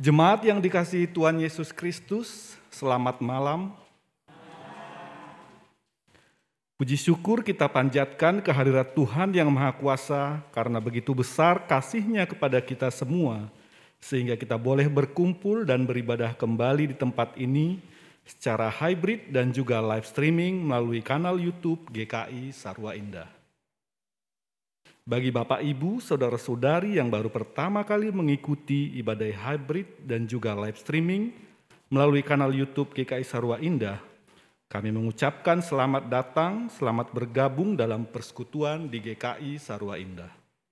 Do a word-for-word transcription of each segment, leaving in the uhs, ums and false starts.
Jemaat yang dikasihi Tuhan Yesus Kristus, selamat malam. Puji syukur kita panjatkan kehadirat Tuhan yang Maha Kuasa karena begitu besar kasih-Nya kepada kita semua, sehingga kita boleh berkumpul dan beribadah kembali di tempat ini secara hybrid dan juga live streaming melalui kanal YouTube G K I Sarwa Indah. Bagi Bapak Ibu, Saudara-saudari yang baru pertama kali mengikuti ibadah hybrid dan juga live streaming melalui kanal YouTube G K I Sarwa Indah, kami mengucapkan selamat datang, selamat bergabung dalam persekutuan di G K I Sarwa Indah.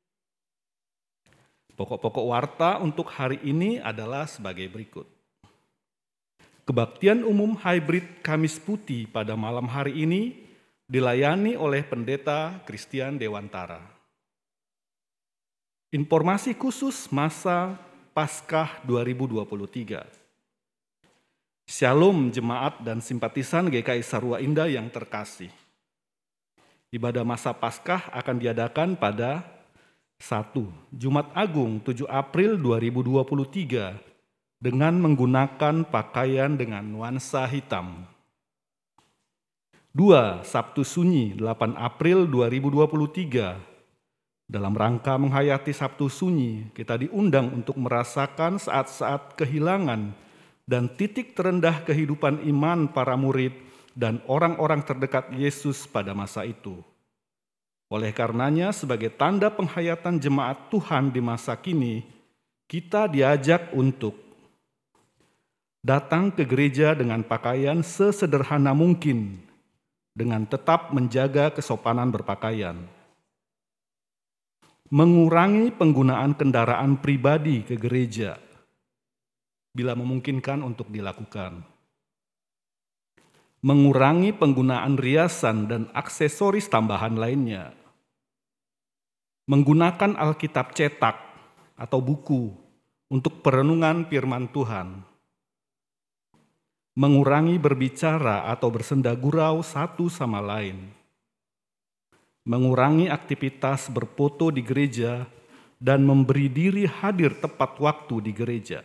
Pokok-pokok warta untuk hari ini adalah sebagai berikut. Kebaktian umum hybrid Kamis Putih pada malam hari ini dilayani oleh Pendeta Christian Dewantara. Informasi khusus masa Paskah dua ribu dua puluh tiga. Shalom jemaat dan simpatisan G K I Sarwa Indah yang terkasih. Ibadah masa Paskah akan diadakan pada satu. Jumat Agung tujuh April dua ribu dua puluh tiga dengan menggunakan pakaian dengan nuansa hitam. dua. Sabtu Sunyi delapan April dua ribu dua puluh tiga. Dalam rangka menghayati Sabtu Sunyi, kita diundang untuk merasakan saat-saat kehilangan dan titik terendah kehidupan iman para murid dan orang-orang terdekat Yesus pada masa itu. Oleh karenanya, sebagai tanda penghayatan jemaat Tuhan di masa kini, kita diajak untuk datang ke gereja dengan pakaian sesederhana mungkin, dengan tetap menjaga kesopanan berpakaian. Mengurangi penggunaan kendaraan pribadi ke gereja, bila memungkinkan untuk dilakukan. Mengurangi penggunaan riasan dan aksesoris tambahan lainnya. Menggunakan Alkitab cetak atau buku untuk perenungan firman Tuhan. Mengurangi berbicara atau bersenda gurau satu sama lain. Mengurangi aktivitas berfoto di gereja dan memberi diri hadir tepat waktu di gereja.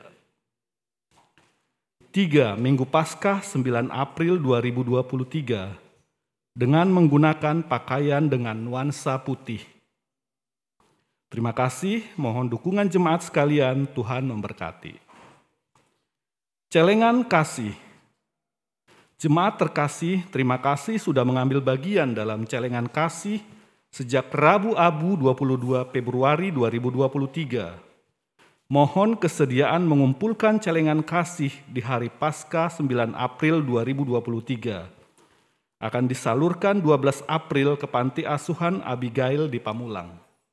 Tiga. Minggu Paskah sembilan April dua ribu dua puluh tiga dengan menggunakan pakaian dengan nuansa putih. Terima kasih, mohon dukungan jemaat sekalian, Tuhan memberkati. Celengan kasih. Jemaat terkasih, terima kasih sudah mengambil bagian dalam celengan kasih sejak Rabu Abu dua puluh dua Februari dua ribu dua puluh tiga. Mohon kesediaan mengumpulkan celengan kasih di hari Paskah sembilan April dua ribu dua puluh tiga. Akan disalurkan dua belas April ke Panti Asuhan Abigail di Pamulang.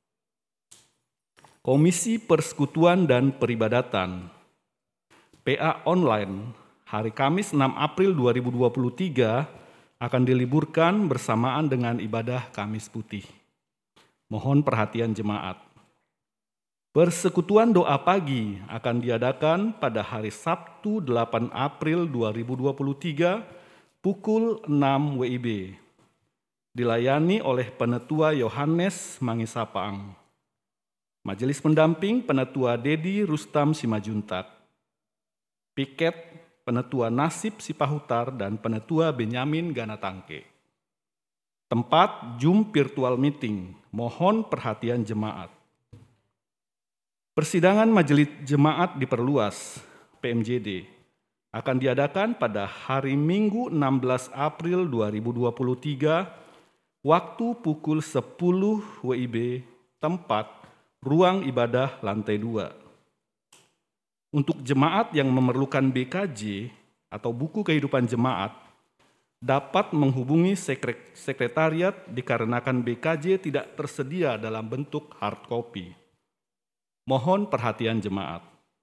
Komisi Persekutuan dan Peribadatan P A online hari Kamis enam April dua ribu dua puluh tiga akan diliburkan bersamaan dengan ibadah Kamis Putih. Mohon perhatian jemaat. Persekutuan doa pagi akan diadakan pada hari Sabtu delapan April dua ribu dua puluh tiga pukul enam W I B. Dilayani oleh Penetua Yohanes Mangisapang. Majelis pendamping Penetua Dedi Rustam Simajuntak. Piket Penetua Nasib Sipahutar dan Penetua Benyamin Ganatangke. Tempat Zoom virtual meeting, mohon perhatian jemaat. Persidangan majelis jemaat diperluas, P M J D, akan diadakan pada hari Minggu enam belas April dua ribu dua puluh tiga, waktu pukul sepuluh W I B, tempat ruang ibadah lantai dua. Untuk jemaat yang memerlukan B K J atau buku kehidupan jemaat, dapat menghubungi sekretariat dikarenakan B K J tidak tersedia dalam bentuk hard copy. Mohon perhatian jemaat.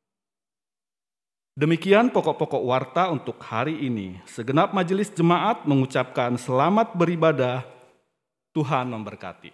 Demikian pokok-pokok warta untuk hari ini. Segenap majelis jemaat mengucapkan selamat beribadah, Tuhan memberkati.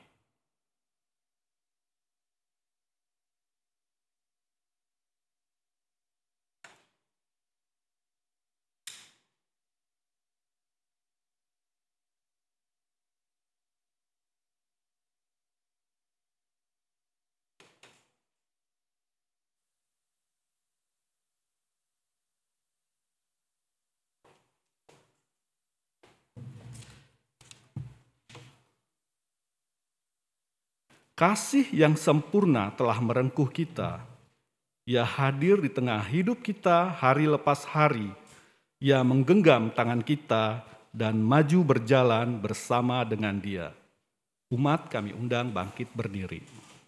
Kasih yang sempurna telah merengkuh kita. Ia hadir di tengah hidup kita hari lepas hari. Ia menggenggam tangan kita dan maju berjalan bersama dengan Dia. Umat kami undang bangkit berdiri.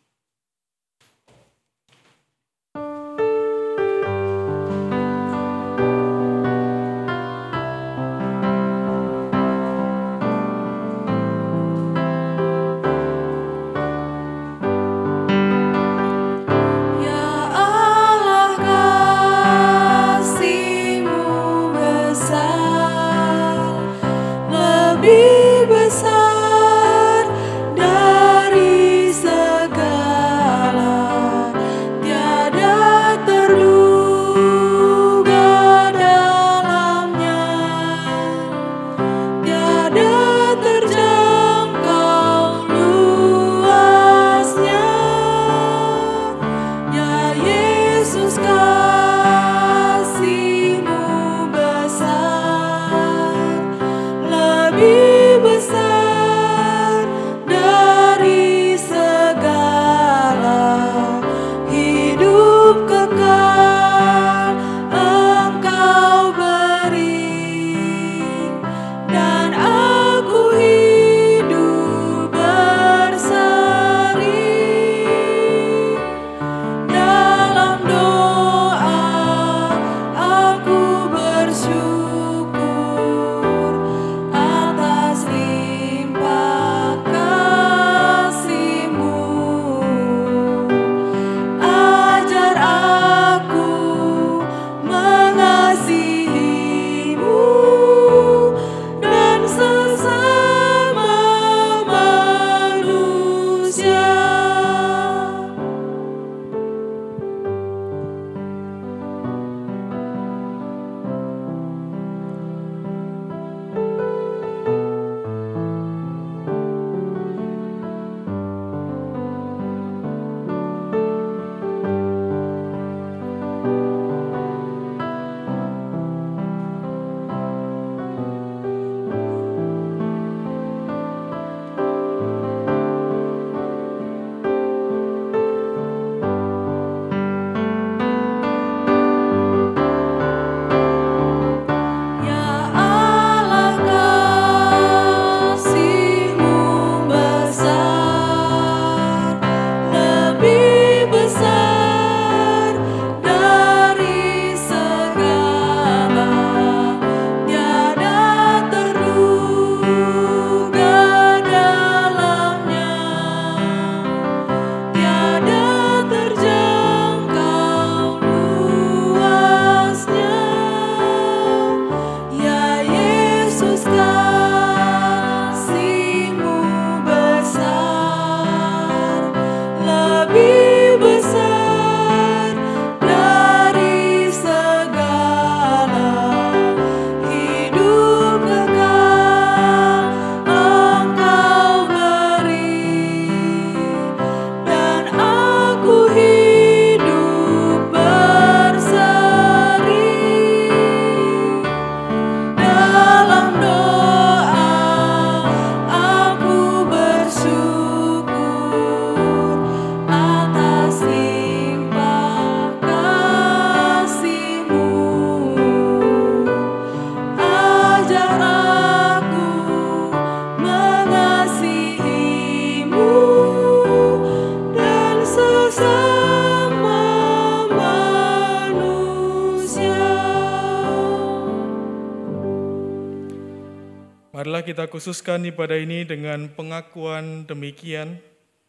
Marilah kita khususkan ibadah ini dengan pengakuan demikian.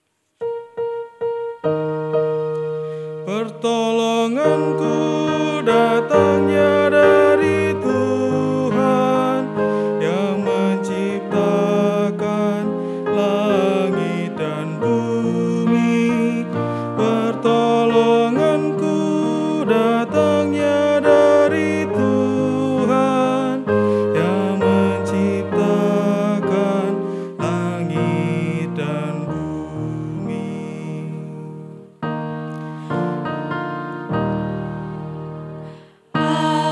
Pertolonganku datangnya dari Tuhan yang menciptakan langit dan bumi. Pertolonganku datangnya dari Tuhan yang menciptakan langit dan bumi. Ah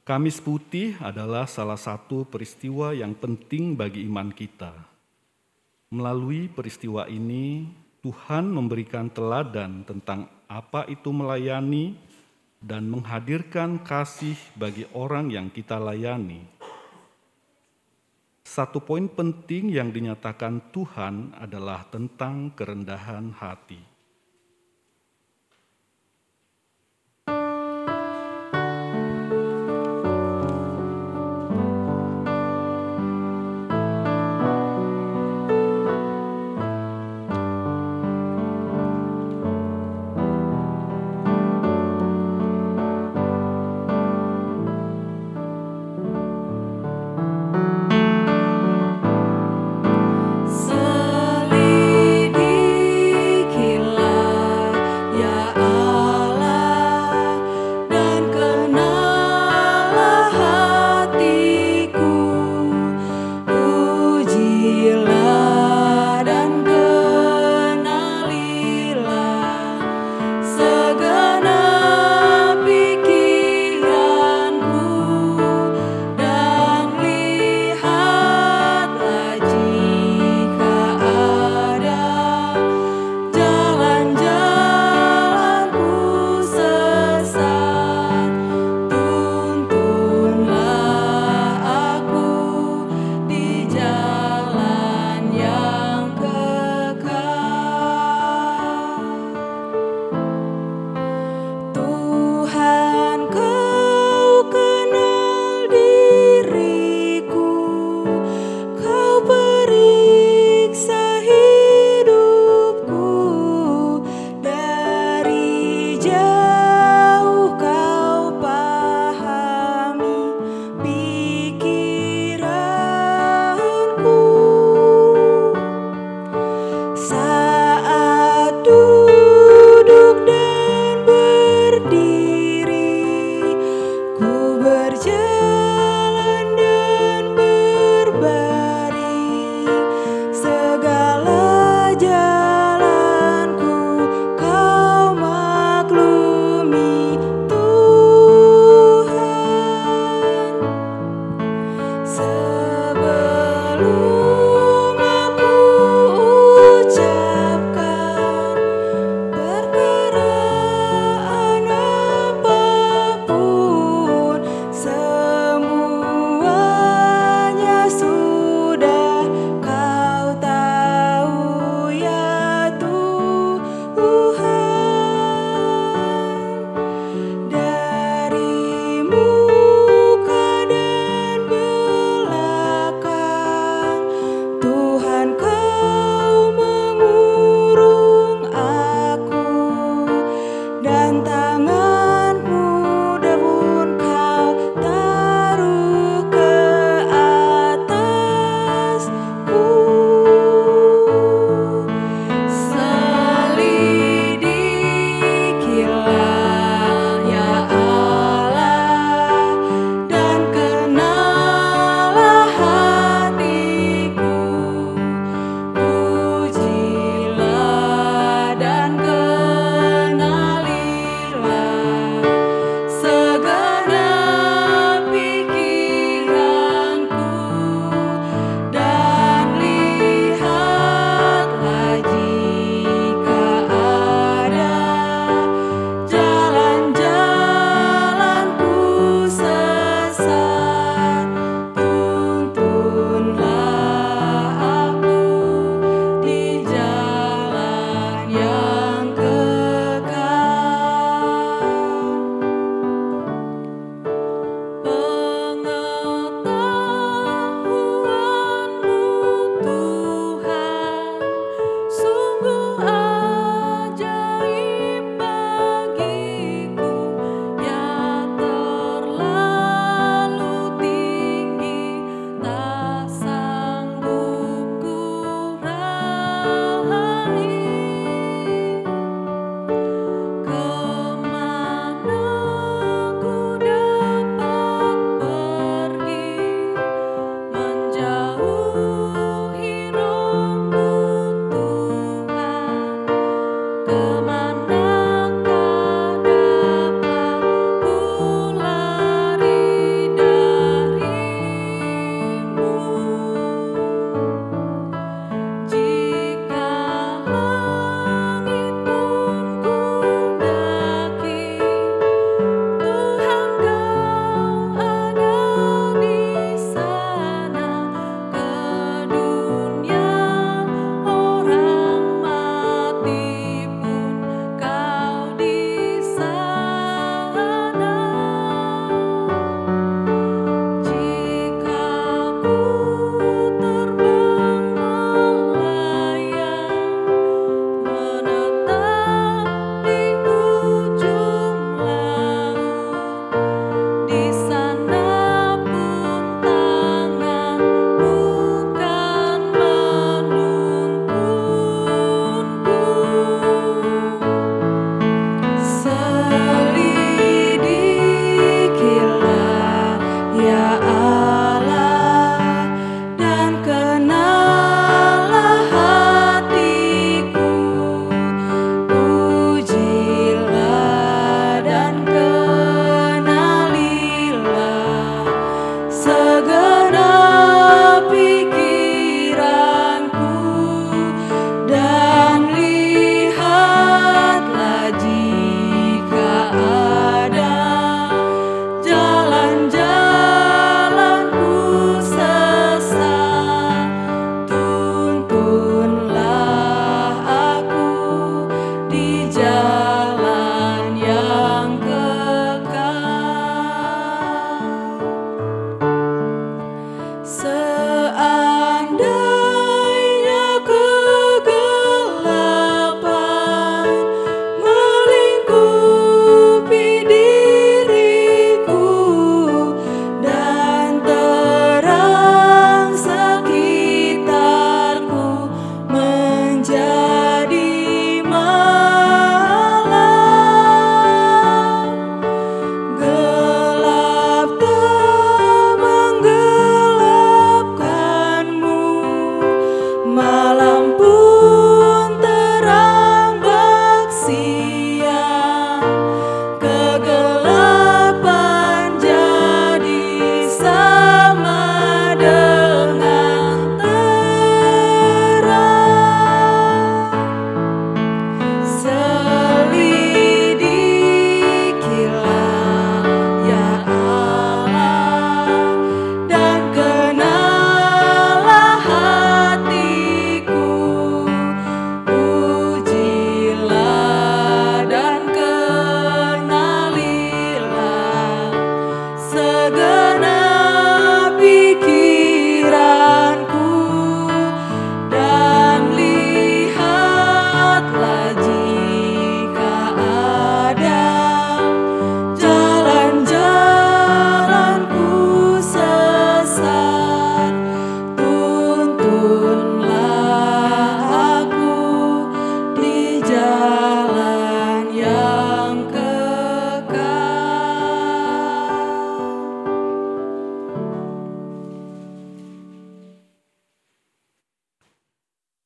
Kamis Putih adalah salah satu peristiwa yang penting bagi iman kita. Melalui peristiwa ini, Tuhan memberikan teladan tentang apa itu melayani dan menghadirkan kasih bagi orang yang kita layani. Satu poin penting yang dinyatakan Tuhan adalah tentang kerendahan hati. Belakang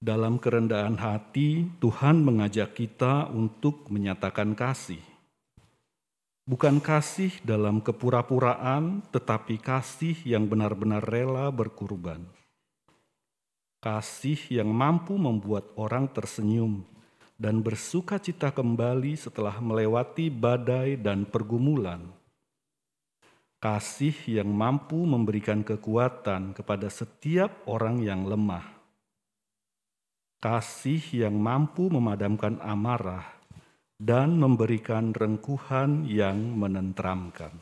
Dalam kerendahan hati, Tuhan mengajak kita untuk menyatakan kasih. Bukan kasih dalam kepura-puraan, tetapi kasih yang benar-benar rela berkorban. Kasih yang mampu membuat orang tersenyum dan bersuka cita kembali setelah melewati badai dan pergumulan. Kasih yang mampu memberikan kekuatan kepada setiap orang yang lemah. Kasih yang mampu memadamkan amarah dan memberikan rengkuhan yang menenteramkan.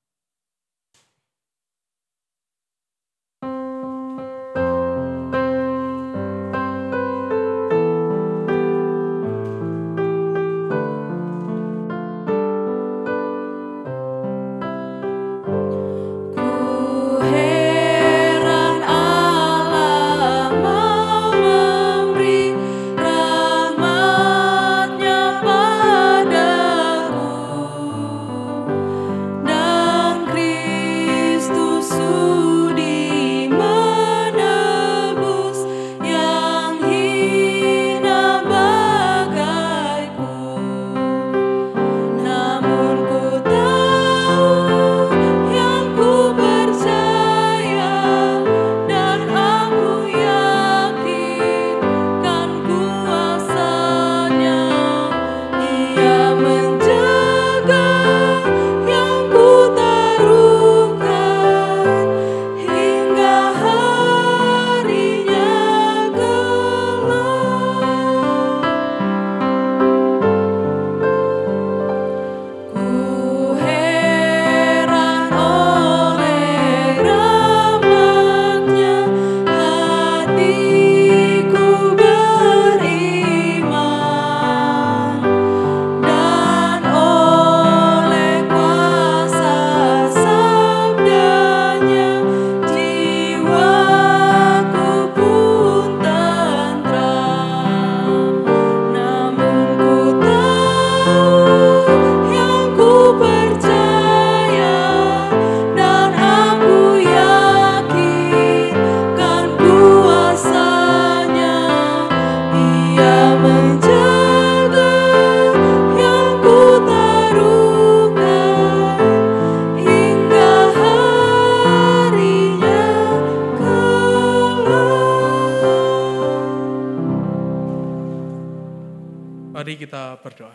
Mari kita berdoa.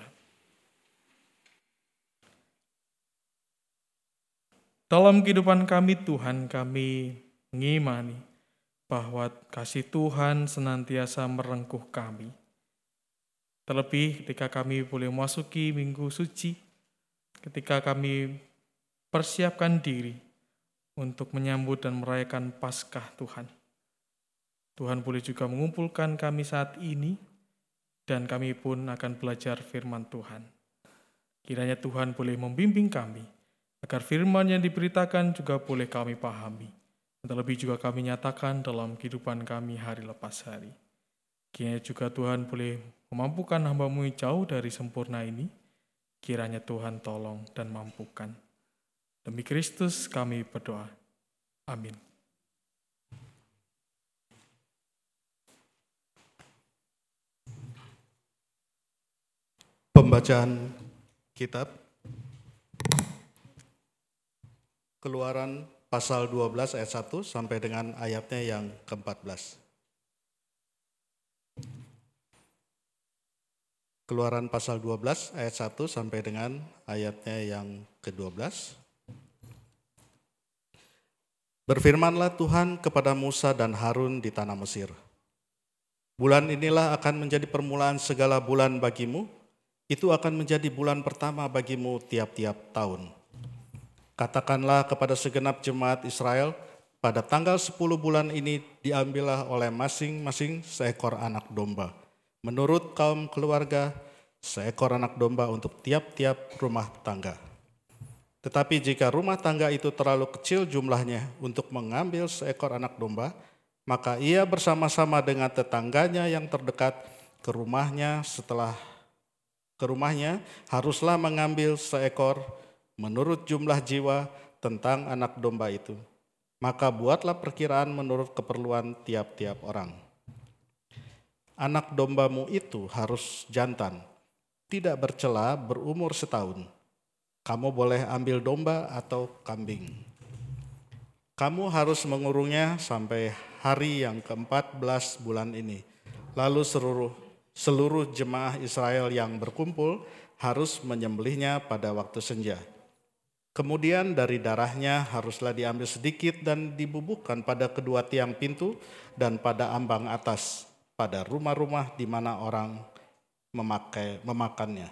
Dalam kehidupan kami, Tuhan, kami mengimani bahwa kasih Tuhan senantiasa merengkuh kami. Terlebih ketika kami boleh memasuki minggu suci, ketika kami persiapkan diri untuk menyambut dan merayakan Paskah Tuhan. Tuhan boleh juga mengumpulkan kami saat ini, dan kami pun akan belajar firman Tuhan. Kiranya Tuhan boleh membimbing kami, agar firman yang diberitakan juga boleh kami pahami, dan terlebih juga kami nyatakan dalam kehidupan kami hari lepas hari. Kiranya juga Tuhan boleh memampukan hamba-Mu yang jauh dari sempurna ini, kiranya Tuhan tolong dan mampukan. Demi Kristus kami berdoa. Amin. Pembacaan kitab Keluaran pasal dua belas ayat satu sampai dengan ayatnya yang keempat belas. Keluaran pasal dua belas ayat satu sampai dengan ayatnya yang kedua belas. Berfirmanlah Tuhan kepada Musa dan Harun di tanah Mesir. Bulan inilah akan menjadi permulaan segala bulan bagimu. Itu akan menjadi bulan pertama bagimu tiap-tiap tahun. Katakanlah kepada segenap jemaat Israel, pada tanggal sepuluh bulan ini diambillah oleh masing-masing seekor anak domba. Menurut kaum keluarga, seekor anak domba untuk tiap-tiap rumah tangga. Tetapi jika rumah tangga itu terlalu kecil jumlahnya untuk mengambil seekor anak domba, maka ia bersama-sama dengan tetangganya yang terdekat ke rumahnya setelah ke rumahnya haruslah mengambil seekor menurut jumlah jiwa tentang anak domba itu. Maka buatlah perkiraan menurut keperluan tiap-tiap orang. anak dombamu itu harus jantan, tidak bercela, berumur setahun. Kamu boleh ambil domba atau kambing. Kamu harus mengurungnya sampai hari yang keempat belas bulan ini. Lalu seluruh, seluruh jemaah Israel yang berkumpul harus menyembelihnya pada waktu senja. Kemudian dari darahnya haruslah diambil sedikit dan dibubuhkan pada kedua tiang pintu dan pada ambang atas, pada rumah-rumah di mana orang memakai memakannya.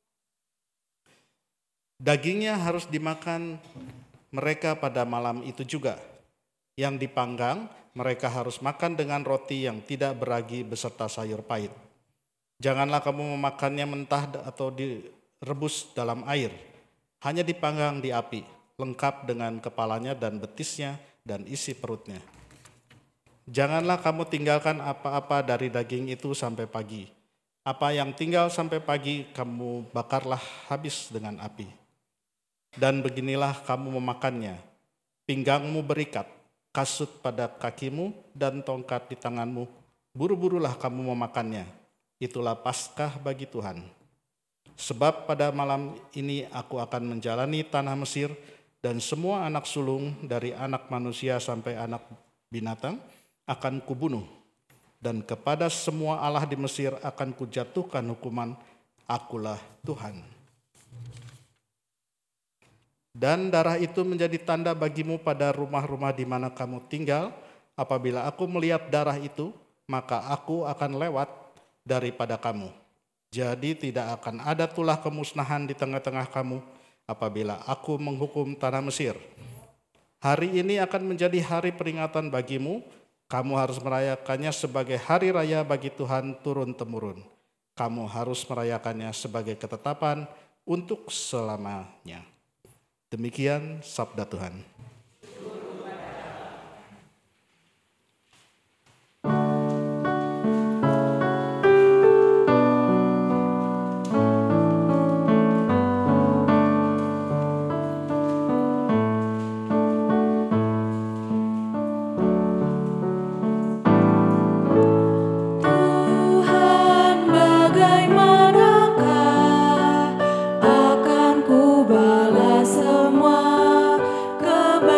Dagingnya harus dimakan mereka pada malam itu juga. Yang dipanggang, mereka harus makan dengan roti yang tidak beragi beserta sayur pahit. Janganlah kamu memakannya mentah atau direbus dalam air. Hanya dipanggang di api, lengkap dengan kepalanya dan betisnya dan isi perutnya. Janganlah kamu tinggalkan apa-apa dari daging itu sampai pagi. Apa yang tinggal sampai pagi kamu bakarlah habis dengan api. Dan beginilah kamu memakannya. Pinggangmu berikat, kasut pada kakimu dan tongkat di tanganmu. Buru-burulah kamu memakannya. Itulah Paskah bagi Tuhan. Sebab pada malam ini aku akan menjalani tanah Mesir dan semua anak sulung dari anak manusia sampai anak binatang akan kubunuh. Dan kepada semua allah di Mesir akan kujatuhkan hukuman, akulah Tuhan. Dan darah itu menjadi tanda bagimu pada rumah-rumah di mana kamu tinggal. Apabila aku melihat darah itu, maka aku akan lewat daripada kamu. Jadi tidak akan ada tulah kemusnahan di tengah-tengah kamu apabila aku menghukum tanah Mesir. Hari ini akan menjadi hari peringatan bagimu. Kamu harus merayakannya sebagai hari raya bagi Tuhan turun-temurun. Kamu harus merayakannya sebagai ketetapan untuk selamanya. Demikian sabda Tuhan. Bagaimanakah akan ku balas semua kebaikan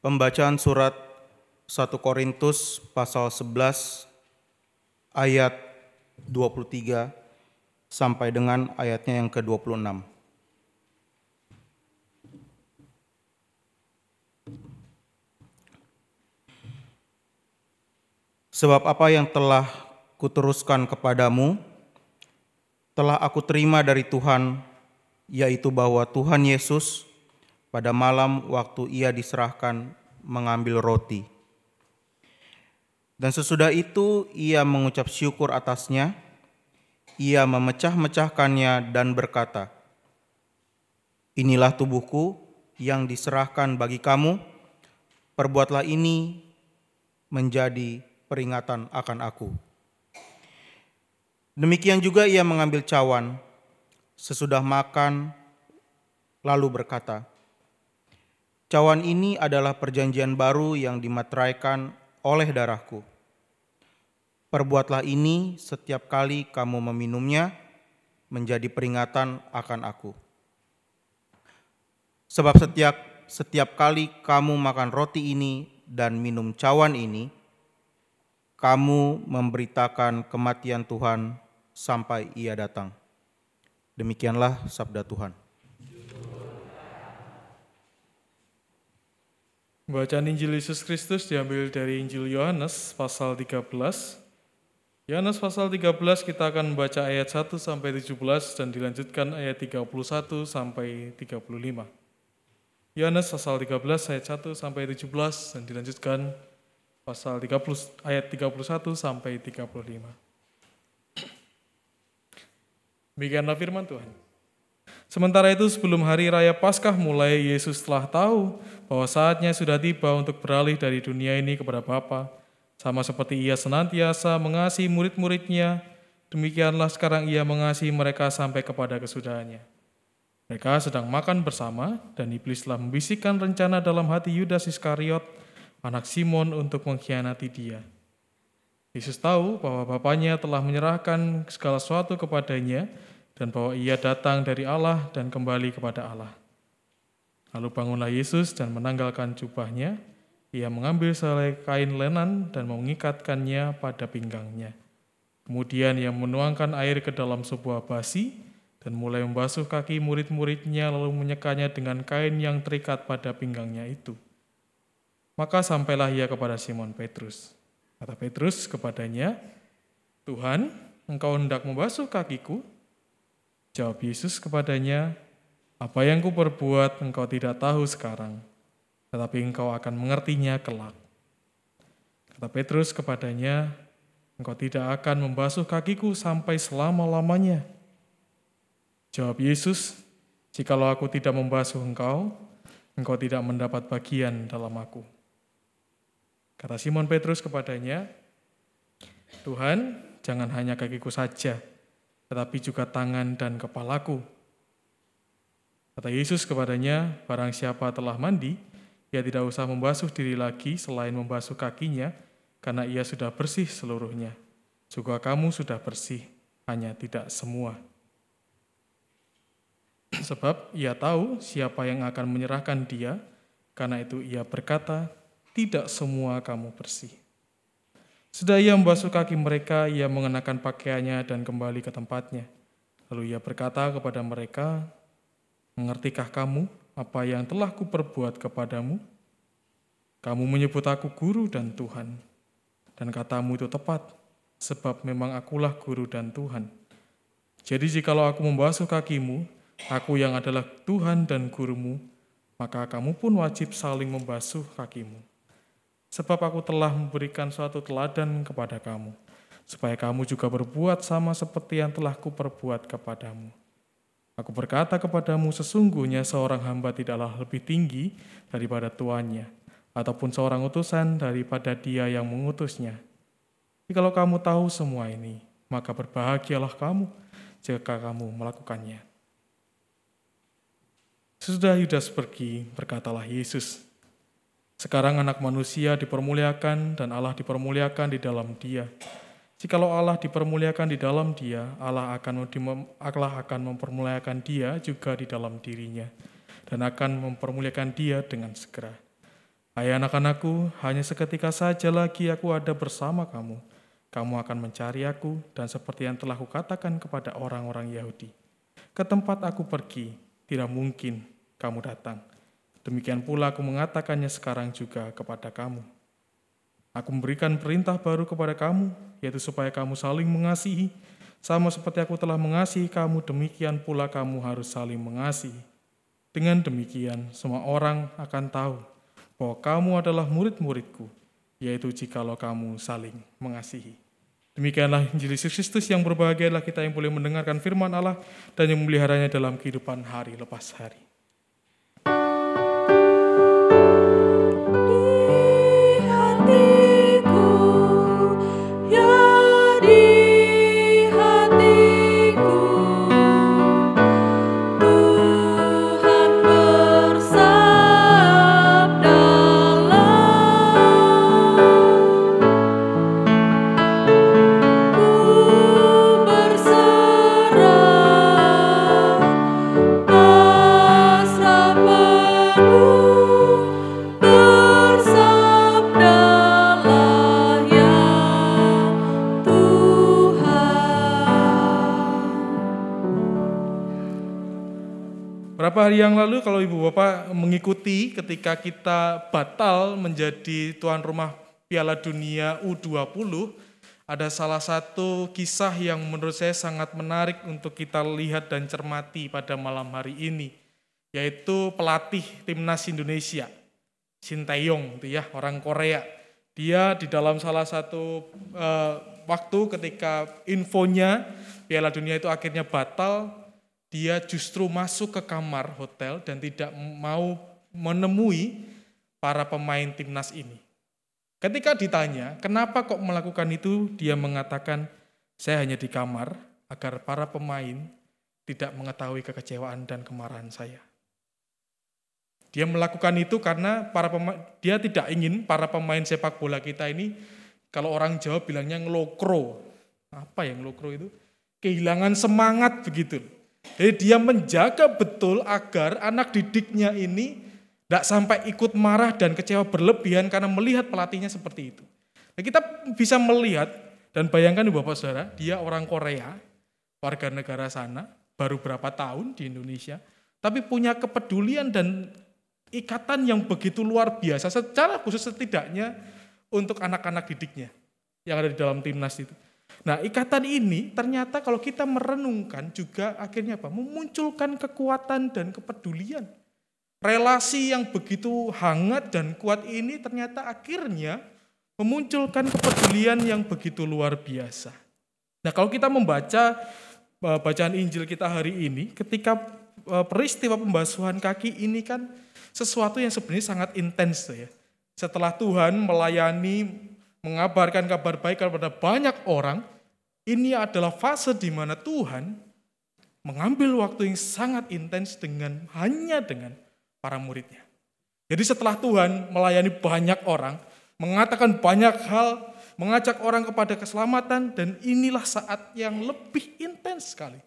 Pembacaan surat satu Korintus pasal sebelas ayat dua puluh tiga sampai dengan ayatnya yang ke dua puluh enam. Sebab apa yang telah kuteruskan kepadamu, telah aku terima dari Tuhan, yaitu bahwa Tuhan Yesus pada malam waktu ia diserahkan mengambil roti. Dan sesudah itu ia mengucap syukur atasnya, ia memecah-mecahkannya dan berkata, "Inilah tubuhku yang diserahkan bagi kamu, perbuatlah ini menjadi peringatan akan aku." Demikian juga ia mengambil cawan, sesudah makan, lalu berkata, "Cawan ini adalah perjanjian baru yang dimateraikan oleh darahku. Perbuatlah ini setiap kali kamu meminumnya menjadi peringatan akan aku. Sebab setiap setiap kali kamu makan roti ini dan minum cawan ini, kamu memberitakan kematian Tuhan sampai ia datang." Demikianlah sabda Tuhan. Bacaan Injil Yesus Kristus diambil dari Injil Yohanes pasal tiga belas. Yohanes pasal tiga belas kita akan membaca ayat satu sampai tujuh belas dan dilanjutkan ayat tiga puluh satu sampai tiga puluh lima. Yohanes pasal tiga belas ayat satu sampai tujuh belas dan dilanjutkan pasal tiga puluh ayat tiga puluh satu sampai tiga puluh lima. Demikianlah firman Tuhan. Sementara itu sebelum hari raya Paskah mulai, Yesus telah tahu bahwa saatnya sudah tiba untuk beralih dari dunia ini kepada Bapa. Sama seperti ia senantiasa mengasihi murid-muridnya, demikianlah sekarang ia mengasihi mereka sampai kepada kesudahannya. Mereka sedang makan bersama dan iblis telah membisikkan rencana dalam hati Yudas Iskariot, anak Simon, untuk mengkhianati dia. Yesus tahu bahwa Bapanya telah menyerahkan segala sesuatu kepadanya dan bahwa ia datang dari Allah dan kembali kepada Allah. Lalu bangunlah Yesus dan menanggalkan jubahnya. Ia mengambil selai kain lenan dan mengikatkannya pada pinggangnya. Kemudian ia menuangkan air ke dalam sebuah basi dan mulai membasuh kaki murid-muridnya lalu menyekanya dengan kain yang terikat pada pinggangnya itu. Maka sampailah ia kepada Simon Petrus. Kata Petrus kepadanya, "Tuhan, engkau hendak membasuh kakiku?" Jawab Yesus kepadanya, "Apa yang kuperbuat engkau tidak tahu sekarang, tetapi engkau akan mengertinya kelak." Kata Petrus kepadanya, "Engkau tidak akan membasuh kakiku sampai selama-lamanya." Jawab Yesus, "Jikalau aku tidak membasuh engkau, engkau tidak mendapat bagian dalam aku." Kata Simon Petrus kepadanya, "Tuhan, jangan hanya kakiku saja, tetapi juga tangan dan kepalaku." Kata Yesus kepadanya, "Barang siapa telah mandi, ia tidak usah membasuh diri lagi selain membasuh kakinya, karena ia sudah bersih seluruhnya. Juga kamu sudah bersih, hanya tidak semua." Sebab ia tahu siapa yang akan menyerahkan dia, karena itu ia berkata, "Tidak semua kamu bersih." Sudah ia membasuh kaki mereka, ia mengenakan pakaiannya dan kembali ke tempatnya. Lalu ia berkata kepada mereka, "Mengertikah kamu apa yang telah kuperbuat kepadamu? Kamu menyebut aku guru dan Tuhan, dan katamu itu tepat, sebab memang akulah guru dan Tuhan. Jadi jikalau aku membasuh kakimu, aku yang adalah Tuhan dan gurumu, maka kamu pun wajib saling membasuh kakimu. Sebab aku telah memberikan suatu teladan kepada kamu, supaya kamu juga berbuat sama seperti yang telah kuperbuat kepadamu. Aku berkata kepadamu, sesungguhnya seorang hamba tidaklah lebih tinggi daripada tuannya, ataupun seorang utusan daripada dia yang mengutusnya. Jikalau kamu tahu semua ini, maka berbahagialah kamu jika kamu melakukannya." Sesudah Yudas pergi, berkatalah Yesus, "Sekarang anak manusia dipermuliakan dan Allah dipermuliakan di dalam dia. Jikalau Allah dipermuliakan di dalam dia, Allah akan, Allah akan mempermuliakan dia juga di dalam dirinya, dan akan mempermuliakan dia dengan segera. Hai anak-anakku, hanya seketika saja lagi aku ada bersama kamu. Kamu akan mencari aku, dan seperti yang telah kukatakan kepada orang-orang Yahudi, ke tempat aku pergi, tidak mungkin kamu datang. Demikian pula aku mengatakannya sekarang juga kepada kamu. Aku memberikan perintah baru kepada kamu, yaitu supaya kamu saling mengasihi. Sama seperti aku telah mengasihi kamu, demikian pula kamu harus saling mengasihi. Dengan demikian, semua orang akan tahu bahwa kamu adalah murid-muridku, yaitu jikalau kamu saling mengasihi. Demikianlah Injil Yesus Kristus. Yang berbahagia adalah kita yang boleh mendengarkan firman Allah dan yang memeliharanya dalam kehidupan hari lepas hari. Beberapa hari yang lalu kalau Ibu Bapak mengikuti ketika kita batal menjadi tuan rumah Piala Dunia U dua puluh, ada salah satu kisah yang menurut saya sangat menarik untuk kita lihat dan cermati pada malam hari ini, yaitu pelatih timnas Indonesia, Shin Tae-yong, itu ya, orang Korea. Dia di dalam salah satu uh, waktu ketika infonya Piala Dunia itu akhirnya batal, dia justru masuk ke kamar hotel dan tidak mau menemui para pemain timnas ini. Ketika ditanya, kenapa kok melakukan itu, dia mengatakan, saya hanya di kamar agar para pemain tidak mengetahui kekecewaan dan kemarahan saya. Dia melakukan itu karena para pemain, dia tidak ingin para pemain sepak bola kita ini, kalau orang Jawa bilangnya ngelokro. Apa yang ngelokro itu? Kehilangan semangat begitu. Jadi dia menjaga betul agar anak didiknya ini tidak sampai ikut marah dan kecewa berlebihan karena melihat pelatihnya seperti itu. Nah, kita bisa melihat dan bayangkan Bapak Saudara, dia orang Korea, warga negara sana, baru berapa tahun di Indonesia, tapi punya kepedulian dan ikatan yang begitu luar biasa, secara khusus setidaknya untuk anak-anak didiknya yang ada di dalam timnas itu. Nah, ikatan ini ternyata kalau kita merenungkan juga akhirnya apa? Memunculkan kekuatan dan kepedulian. Relasi yang begitu hangat dan kuat ini ternyata akhirnya memunculkan kepedulian yang begitu luar biasa. Nah, kalau kita membaca bacaan Injil kita hari ini, ketika peristiwa pembasuhan kaki ini kan sesuatu yang sebenarnya sangat intens ya. Setelah Tuhan melayani, mengabarkan kabar baik kepada banyak orang, ini adalah fase di mana Tuhan mengambil waktu yang sangat intens dengan hanya dengan para muridnya. Jadi setelah Tuhan melayani banyak orang, mengatakan banyak hal, mengajak orang kepada keselamatan, dan inilah saat yang lebih intens sekali.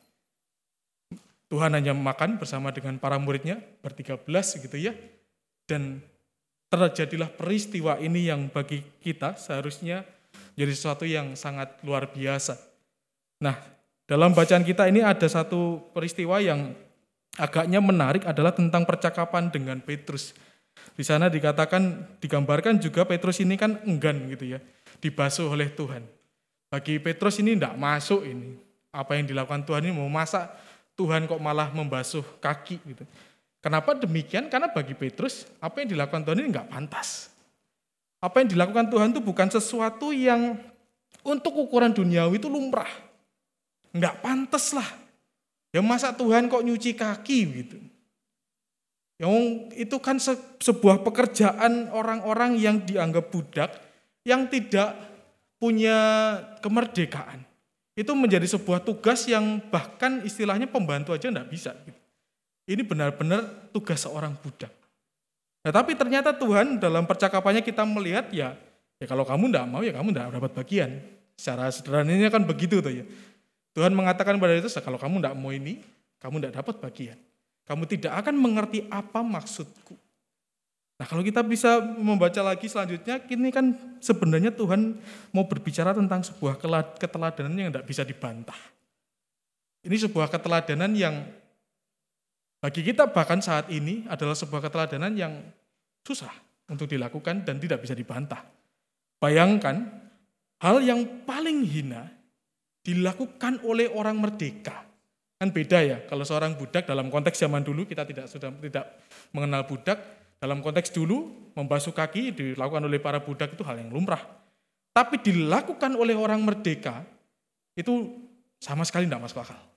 Tuhan hanya makan bersama dengan para muridnya, bertiga belas gitu ya, dan terjadilah peristiwa ini yang bagi kita seharusnya jadi sesuatu yang sangat luar biasa. Nah, dalam bacaan kita ini ada satu peristiwa yang agaknya menarik adalah tentang percakapan dengan Petrus. Di sana dikatakan, digambarkan juga Petrus ini kan enggan gitu ya, dibasuh oleh Tuhan. Bagi Petrus ini tidak masuk ini. Apa yang dilakukan Tuhan ini, mau masa Tuhan kok malah membasuh kaki gitu. Kenapa demikian? Karena bagi Petrus, apa yang dilakukan Tuhan ini enggak pantas. Apa yang dilakukan Tuhan itu bukan sesuatu yang untuk ukuran duniawi itu lumrah. Enggak pantas lah. Ya masa Tuhan kok nyuci kaki gitu. Yang itu kan se- sebuah pekerjaan orang-orang yang dianggap budak, yang tidak punya kemerdekaan. Itu menjadi sebuah tugas yang bahkan istilahnya pembantu aja enggak bisa gitu. Ini benar-benar tugas seorang budak. Nah, tapi ternyata Tuhan dalam percakapannya kita melihat ya, ya kalau kamu tidak mau ya kamu tidak dapat bagian. Secara sederhananya kan begitu tuh ya. Tuhan mengatakan pada itu, kalau kamu tidak mau ini, kamu tidak dapat bagian. Kamu tidak akan mengerti apa maksudku. Nah, kalau kita bisa membaca lagi selanjutnya, ini kan sebenarnya Tuhan mau berbicara tentang sebuah keteladanan yang tidak bisa dibantah. Ini sebuah keteladanan yang bagi kita bahkan saat ini adalah sebuah keteladanan yang susah untuk dilakukan dan tidak bisa dibantah. Bayangkan, hal yang paling hina dilakukan oleh orang merdeka. Kan beda ya, kalau seorang budak dalam konteks zaman dulu, kita tidak sudah tidak mengenal budak. Dalam konteks dulu, membasuh kaki dilakukan oleh para budak itu hal yang lumrah. Tapi dilakukan oleh orang merdeka, itu sama sekali tidak masuk akal.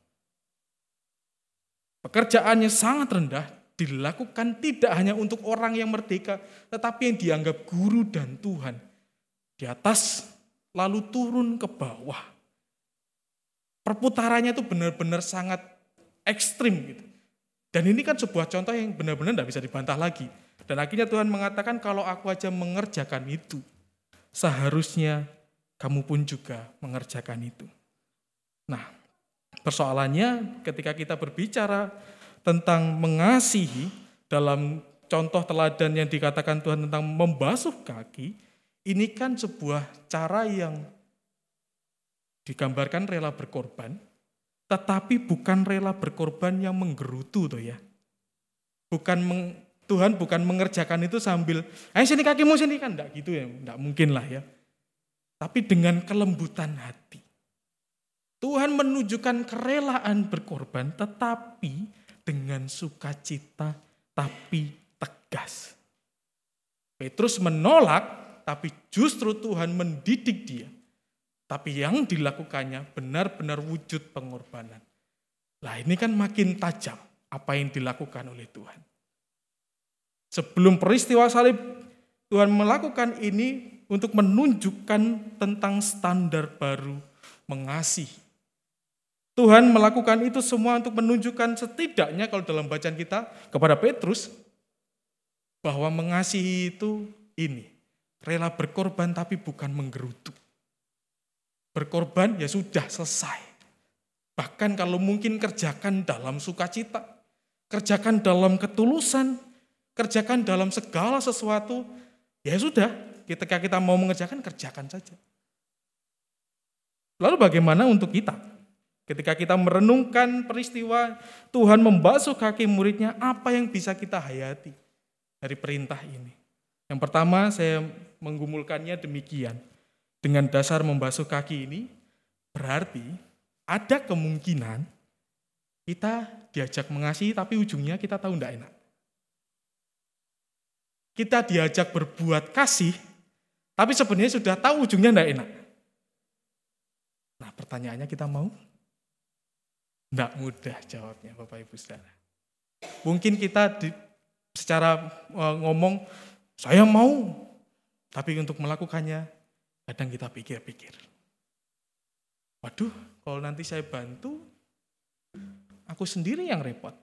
Pekerjaannya sangat rendah, dilakukan tidak hanya untuk orang yang merdeka, tetapi yang dianggap guru dan Tuhan. Di atas, lalu turun ke bawah. Perputarannya itu benar-benar sangat ekstrim gitu. Dan ini kan sebuah contoh yang benar-benar tidak bisa dibantah lagi. Dan akhirnya Tuhan mengatakan, kalau aku aja mengerjakan itu, seharusnya kamu pun juga mengerjakan itu. Nah, persoalannya ketika kita berbicara tentang mengasihi, dalam contoh teladan yang dikatakan Tuhan tentang membasuh kaki, ini kan sebuah cara yang digambarkan rela berkorban, tetapi bukan rela berkorban yang menggerutu toh ya. Bukan meng, Tuhan bukan mengerjakan itu sambil, ayo sini kakimu sini, kan enggak gitu ya, enggak mungkin lah ya. Tapi dengan kelembutan hati. Tuhan menunjukkan kerelaan berkorban, tetapi dengan sukacita, tapi tegas. Petrus menolak, tapi justru Tuhan mendidik dia. Tapi yang dilakukannya benar-benar wujud pengorbanan. Lah ini kan makin tajam apa yang dilakukan oleh Tuhan. Sebelum peristiwa salib, Tuhan melakukan ini untuk menunjukkan tentang standar baru mengasihi. Tuhan melakukan itu semua untuk menunjukkan setidaknya kalau dalam bacaan kita kepada Petrus, bahwa mengasihi itu ini, rela berkorban tapi bukan menggerutu. Berkorban ya sudah selesai. Bahkan kalau mungkin kerjakan dalam sukacita, kerjakan dalam ketulusan, kerjakan dalam segala sesuatu, ya sudah, ketika kita mau mengerjakan, kerjakan saja. Lalu bagaimana untuk kita? Ketika kita merenungkan peristiwa Tuhan membasuh kaki muridnya, apa yang bisa kita hayati dari perintah ini? Yang pertama saya menggumulkannya demikian. Dengan dasar membasuh kaki ini, berarti ada kemungkinan kita diajak mengasihi tapi ujungnya kita tahu tidak enak. Kita diajak berbuat kasih, tapi sebenarnya sudah tahu ujungnya tidak enak. Nah pertanyaannya, kita mau? Tidak mudah jawabnya Bapak Ibu Saudara. Mungkin kita di, secara ngomong, saya mau, tapi untuk melakukannya, kadang kita pikir-pikir. Waduh, kalau nanti saya bantu, aku sendiri yang repot.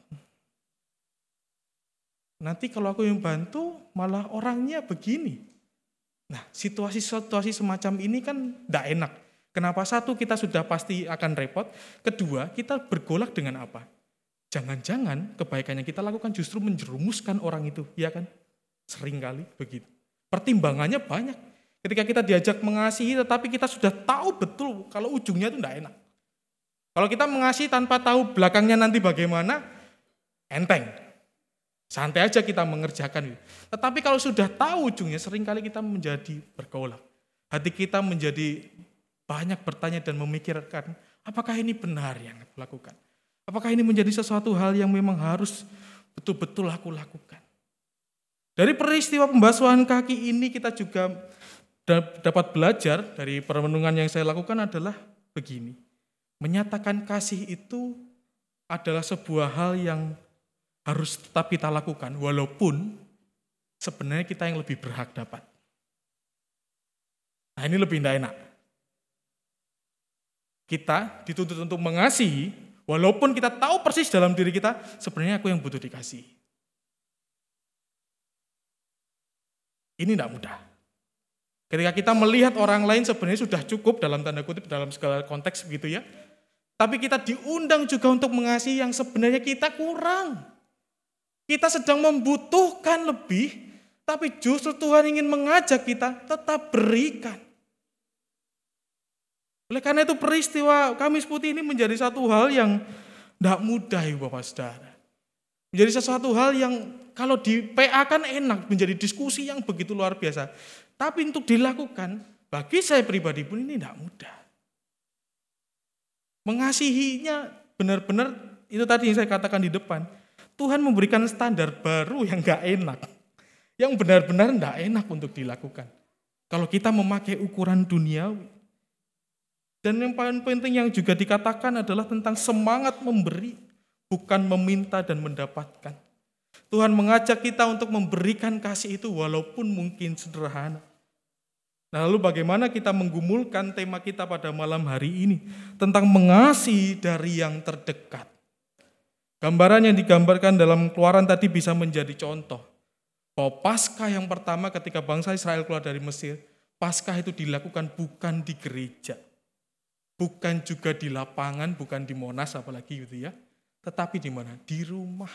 Nanti kalau aku yang bantu, malah orangnya begini. Nah, situasi-situasi semacam ini kan tidak enak. Kenapa? Satu, kita sudah pasti akan repot. Kedua, kita bergolak dengan apa? Jangan-jangan kebaikan yang kita lakukan justru menjerumuskan orang itu, ya kan? Seringkali begitu. Pertimbangannya banyak. Ketika kita diajak mengasihi, tetapi kita sudah tahu betul kalau ujungnya itu tidak enak. Kalau kita mengasihi tanpa tahu belakangnya nanti bagaimana, enteng. Santai aja kita mengerjakan itu. Tetapi kalau sudah tahu ujungnya, seringkali kita menjadi bergolak. Hati kita menjadi banyak bertanya dan memikirkan, apakah ini benar yang aku lakukan? Apakah ini menjadi sesuatu hal yang memang harus betul-betul aku lakukan? Dari peristiwa pembasuhan kaki ini kita juga dapat belajar dari perenungan yang saya lakukan adalah begini. Menyatakan kasih itu adalah sebuah hal yang harus tetap kita lakukan, walaupun sebenarnya kita yang lebih berhak dapat. Nah ini lebih tidak enak. Kita dituntut untuk mengasihi, walaupun kita tahu persis dalam diri kita, sebenarnya aku yang butuh dikasihi. Ini tidak mudah. Ketika kita melihat orang lain sebenarnya sudah cukup dalam tanda kutip dalam segala konteks begitu ya. Tapi kita diundang juga untuk mengasihi yang sebenarnya kita kurang. Kita sedang membutuhkan lebih, Tapi justru Tuhan ingin mengajak kita tetap berikan. Oleh karena itu peristiwa Kamis Putih ini menjadi satu hal yang tidak mudah ya Bapak Saudara. Menjadi sesuatu hal yang kalau di P A kan enak, menjadi diskusi yang begitu luar biasa. Tapi untuk dilakukan, bagi saya pribadi pun ini tidak mudah. Mengasihinya benar-benar, itu tadi yang saya katakan di depan, Tuhan memberikan standar baru yang gak enak. Yang benar-benar tidak enak untuk dilakukan. Kalau kita memakai ukuran duniawi. Dan yang paling penting yang juga dikatakan adalah tentang semangat memberi, bukan meminta dan mendapatkan. Tuhan mengajak kita untuk memberikan kasih itu walaupun mungkin sederhana. Nah, lalu bagaimana kita menggumulkan tema kita pada malam hari ini tentang mengasihi dari yang terdekat. Gambaran yang digambarkan dalam Keluaran tadi bisa menjadi contoh. Bahwa Paskah yang pertama ketika bangsa Israel keluar dari Mesir, Paskah itu dilakukan bukan di gereja. Bukan juga di lapangan, bukan di Monas apalagi gitu ya. Tetapi di mana? Di rumah.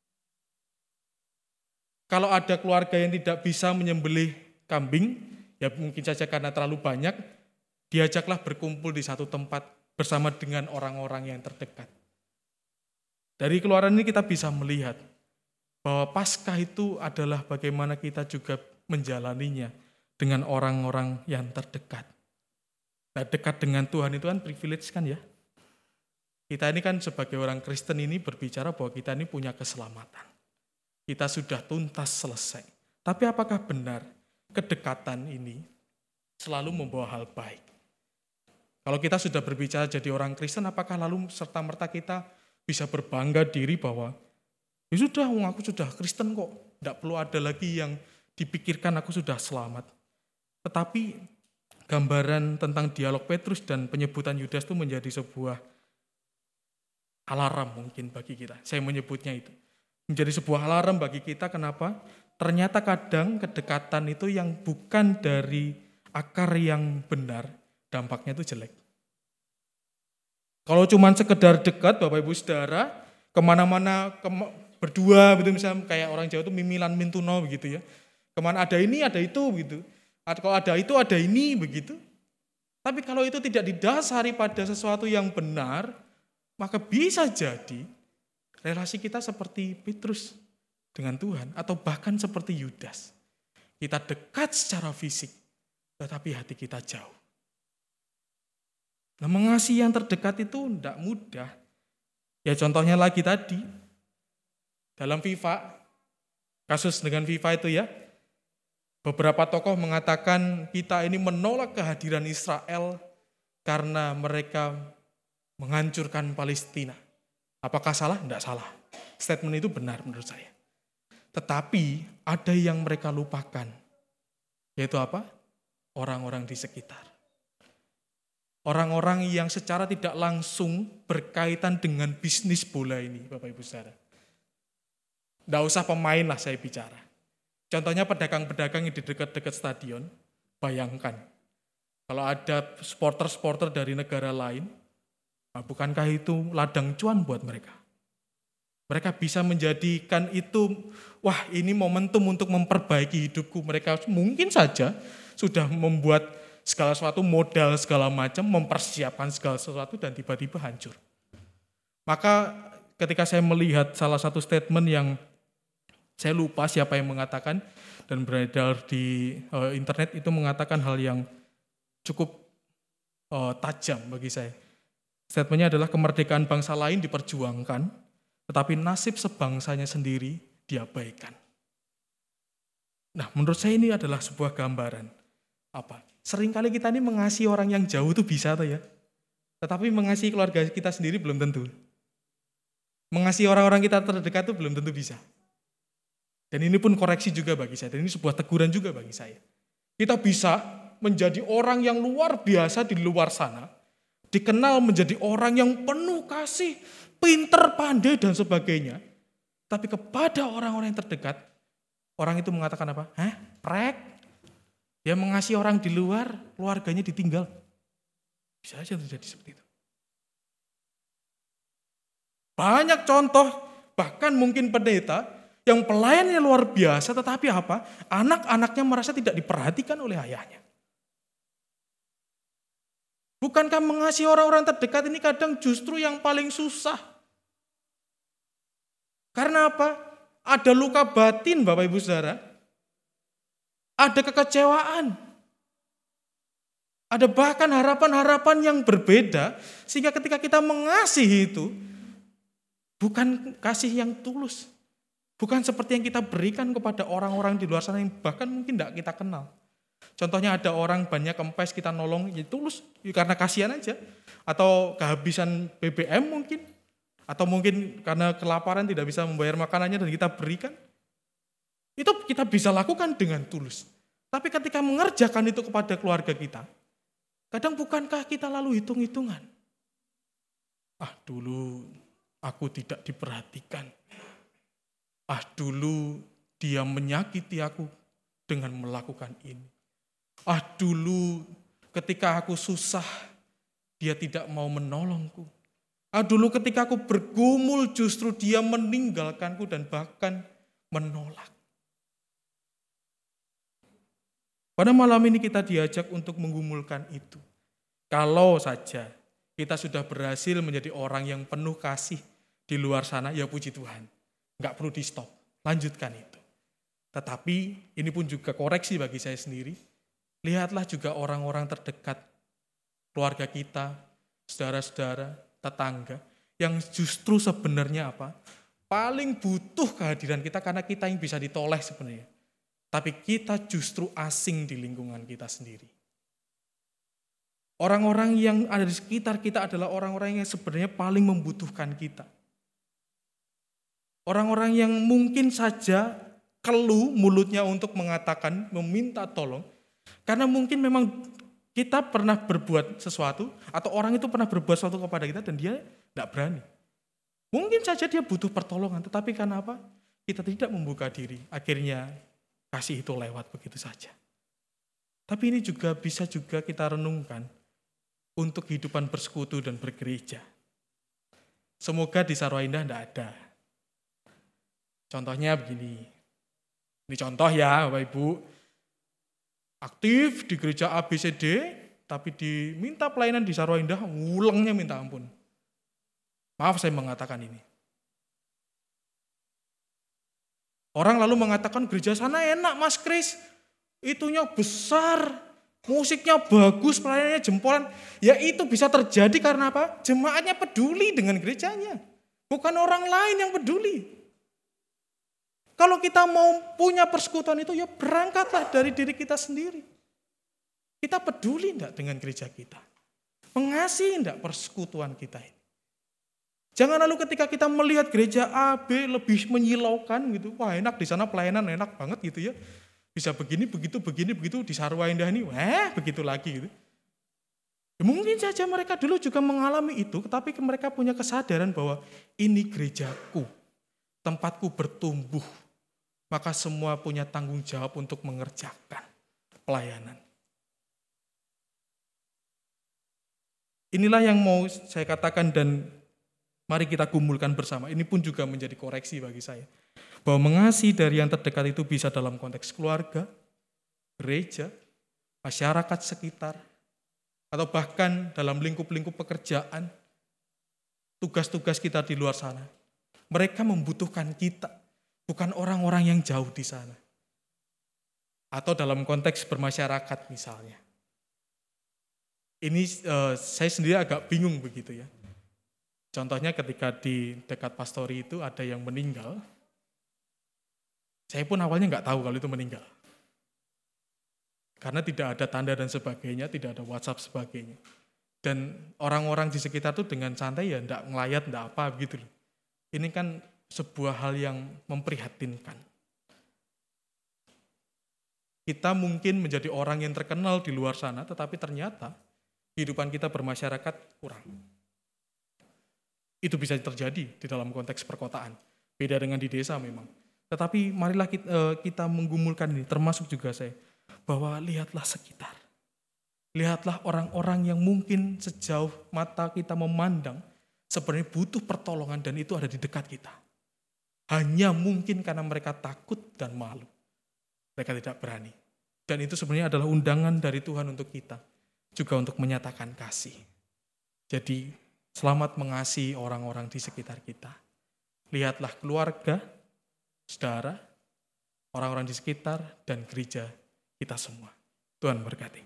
Kalau ada keluarga yang tidak bisa menyembelih kambing, ya mungkin saja karena terlalu banyak, diajaklah berkumpul di satu tempat bersama dengan orang-orang yang terdekat. Dari Keluaran ini kita bisa melihat bahwa Paskah itu adalah bagaimana kita juga menjalaninya dengan orang-orang yang terdekat. Nah, dekat dengan Tuhan itu kan privilege kan ya. Kita ini kan sebagai orang Kristen ini berbicara bahwa kita ini punya keselamatan. Kita sudah tuntas selesai. Tapi apakah benar kedekatan ini selalu membawa hal baik? Kalau kita sudah berbicara jadi orang Kristen, apakah lalu serta-merta kita bisa berbangga diri bahwa ya sudah, aku sudah Kristen kok, tidak perlu ada lagi yang dipikirkan aku sudah selamat. Tetapi gambaran tentang dialog Petrus dan penyebutan Yudas itu menjadi sebuah alarm mungkin bagi kita. Saya menyebutnya itu. Menjadi sebuah alarm bagi kita, kenapa? Ternyata kadang kedekatan itu yang bukan dari akar yang benar, dampaknya itu jelek. Kalau cuma sekedar dekat, Bapak Ibu Saudara, kemana-mana kema- berdua, gitu misalnya kayak orang Jawa itu mimilan mintuno begitu ya. Kemana ada ini, ada itu begitu. Kalau ada itu, ada ini begitu. Tapi kalau itu tidak didasari pada sesuatu yang benar, maka bisa jadi relasi kita seperti Petrus dengan Tuhan, atau bahkan seperti Yudas. Kita dekat secara fisik, tetapi hati kita jauh. Nah, mengasihi yang terdekat itu tidak mudah. Ya contohnya lagi tadi, dalam FIFA, kasus dengan FIFA itu ya, beberapa tokoh mengatakan kita ini menolak kehadiran Israel karena mereka menghancurkan Palestina. Apakah salah? Tidak salah. Statement itu benar menurut saya. Tetapi ada yang mereka lupakan. Yaitu apa? Orang-orang di sekitar. Orang-orang yang secara tidak langsung berkaitan dengan bisnis bola ini, Bapak Ibu Saudara. Tidak usah pemain lah saya bicara. Contohnya pedagang-pedagang yang di dekat-dekat stadion. Bayangkan, kalau ada supporter-supporter dari negara lain, nah bukankah itu ladang cuan buat mereka? Mereka bisa menjadikan itu, wah ini momentum untuk memperbaiki hidupku. Mereka mungkin saja sudah membuat segala sesuatu, modal segala macam, mempersiapkan segala sesuatu dan tiba-tiba hancur. Maka ketika saya melihat salah satu statement yang saya lupa siapa yang mengatakan dan beredar di uh, internet itu mengatakan hal yang cukup uh, tajam bagi saya. Statementnya adalah kemerdekaan bangsa lain diperjuangkan, tetapi nasib sebangsanya sendiri diabaikan. Nah, menurut saya ini adalah sebuah gambaran. Apa? Seringkali kita ini mengasihi orang yang jauh itu bisa tuh ya. Tetapi mengasihi keluarga kita sendiri belum tentu. Mengasihi orang-orang kita terdekat itu belum tentu bisa. Dan ini pun koreksi juga bagi saya. Dan ini sebuah teguran juga bagi saya. Kita bisa menjadi orang yang luar biasa di luar sana. Dikenal menjadi orang yang penuh kasih, pinter, pandai, dan sebagainya. Tapi kepada orang-orang yang terdekat, orang itu mengatakan apa? Hah? Prek? Dia mengasihi orang di luar, keluarganya ditinggal. Bisa saja terjadi seperti itu. Banyak contoh, bahkan mungkin pendeta, yang pelayannya luar biasa, tetapi apa? Anak-anaknya merasa tidak diperhatikan oleh ayahnya. Bukankah mengasihi orang-orang terdekat ini kadang justru yang paling susah? Karena apa? Ada luka batin, Bapak Ibu Saudara. Ada kekecewaan. Ada bahkan harapan-harapan yang berbeda, sehingga ketika kita mengasihi itu, bukan kasih yang tulus. Bukan seperti yang kita berikan kepada orang-orang di luar sana yang bahkan mungkin tidak kita kenal. Contohnya ada orang banyak kempes, kita nolong, ya tulus, ya karena kasihan aja. Atau kehabisan B B M mungkin. Atau mungkin karena kelaparan tidak bisa membayar makanannya dan kita berikan. Itu kita bisa lakukan dengan tulus. Tapi ketika mengerjakan itu kepada keluarga kita, kadang bukankah kita lalu hitung-hitungan? Ah dulu aku tidak diperhatikan. Ah dulu dia menyakiti aku dengan melakukan ini. Ah dulu ketika aku susah, dia tidak mau menolongku. Ah dulu ketika aku bergumul justru dia meninggalkanku dan bahkan menolak. Pada malam ini kita diajak untuk menggumulkan itu. Kalau saja kita sudah berhasil menjadi orang yang penuh kasih di luar sana, ya puji Tuhan. Enggak perlu di stop, lanjutkan itu. Tetapi ini pun juga koreksi bagi saya sendiri. Lihatlah juga orang-orang terdekat, keluarga kita, saudara-saudara, tetangga, yang justru sebenarnya apa? Paling butuh kehadiran kita karena kita yang bisa ditoleh sebenarnya. Tapi kita justru asing di lingkungan kita sendiri. Orang-orang yang ada di sekitar kita adalah orang-orang yang sebenarnya paling membutuhkan kita. Orang-orang yang mungkin saja keluh mulutnya untuk mengatakan, meminta tolong. Karena mungkin memang kita pernah berbuat sesuatu, atau orang itu pernah berbuat sesuatu kepada kita dan dia tidak berani. Mungkin saja dia butuh pertolongan, tetapi karena apa? Kita tidak membuka diri. Akhirnya kasih itu lewat begitu saja. Tapi ini juga bisa juga kita renungkan untuk kehidupan bersekutu dan bergereja. Semoga di Sarwa Indah tidak ada. Contohnya begini. Ini contoh ya Bapak Ibu. Aktif di gereja A B C D, tapi diminta pelayanan di Sarwa Indah, ngulangnya minta ampun. Maaf saya mengatakan ini. Orang lalu mengatakan gereja sana enak Mas Kris, itunya besar, musiknya bagus, pelayanannya jempolan. Ya itu bisa terjadi karena apa? Jemaatnya peduli dengan gerejanya. Bukan orang lain yang peduli. Kalau kita mau punya persekutuan itu, ya berangkatlah dari diri kita sendiri. Kita peduli enggak dengan gereja kita? Mengasihi enggak persekutuan kita ini? Jangan lalu ketika kita melihat gereja A, B lebih menyilaukan gitu. Wah enak di sana pelayanan enak banget gitu ya. Bisa begini, begitu, begini, begitu. Di Sarwa Indah ini, wah begitu lagi gitu. Ya, mungkin saja mereka dulu juga mengalami itu. Tetapi mereka punya kesadaran bahwa ini gerejaku. Tempatku bertumbuh. Maka semua punya tanggung jawab untuk mengerjakan pelayanan. Inilah yang mau saya katakan dan mari kita kumpulkan bersama. Ini pun juga menjadi koreksi bagi saya. Bahwa mengasihi dari yang terdekat itu bisa dalam konteks keluarga, gereja, masyarakat sekitar, atau bahkan dalam lingkup-lingkup pekerjaan, tugas-tugas kita di luar sana. Mereka membutuhkan kita, bukan orang-orang yang jauh di sana. Atau dalam konteks bermasyarakat misalnya. Ini uh, saya sendiri agak bingung begitu ya. Contohnya ketika di dekat pastori itu ada yang meninggal. Saya pun awalnya nggak tahu kalau itu meninggal. Karena tidak ada tanda dan sebagainya, tidak ada WhatsApp sebagainya. Dan orang-orang di sekitar itu dengan santai ya nggak ngelayat, nggak apa gitu loh. Ini kan sebuah hal yang memprihatinkan. Kita mungkin menjadi orang yang terkenal di luar sana, tetapi ternyata kehidupan kita bermasyarakat kurang. Itu bisa terjadi di dalam konteks perkotaan. Beda dengan di desa memang. Tetapi marilah kita, kita menggumulkan ini, termasuk juga saya, bahwa lihatlah sekitar. Lihatlah orang-orang yang mungkin sejauh mata kita memandang, sebenarnya butuh pertolongan dan itu ada di dekat kita. Hanya mungkin karena mereka takut dan malu. Mereka tidak berani. Dan itu sebenarnya adalah undangan dari Tuhan untuk kita. Juga untuk menyatakan kasih. Jadi selamat mengasihi orang-orang di sekitar kita. Lihatlah keluarga, saudara, orang-orang di sekitar, dan gereja kita semua. Tuhan berkati.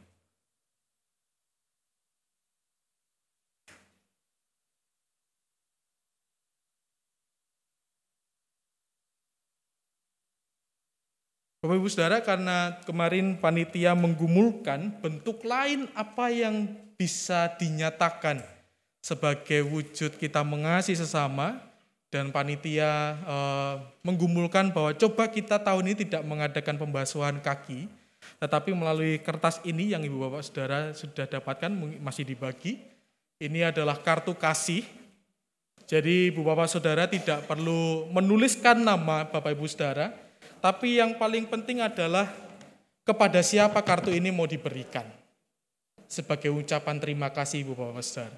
Bapak Ibu Saudara, karena kemarin panitia menggumulkan bentuk lain apa yang bisa dinyatakan sebagai wujud kita mengasihi sesama, dan panitia e, menggumulkan bahwa coba kita tahun ini tidak mengadakan pembasuhan kaki, tetapi melalui kertas ini yang Ibu Bapak Saudara sudah dapatkan, masih dibagi, ini adalah kartu kasih. Jadi Ibu Bapak Saudara tidak perlu menuliskan nama Bapak Ibu Saudara, tapi yang paling penting adalah kepada siapa kartu ini mau diberikan. Sebagai ucapan terima kasih Ibu Bapak Saudara.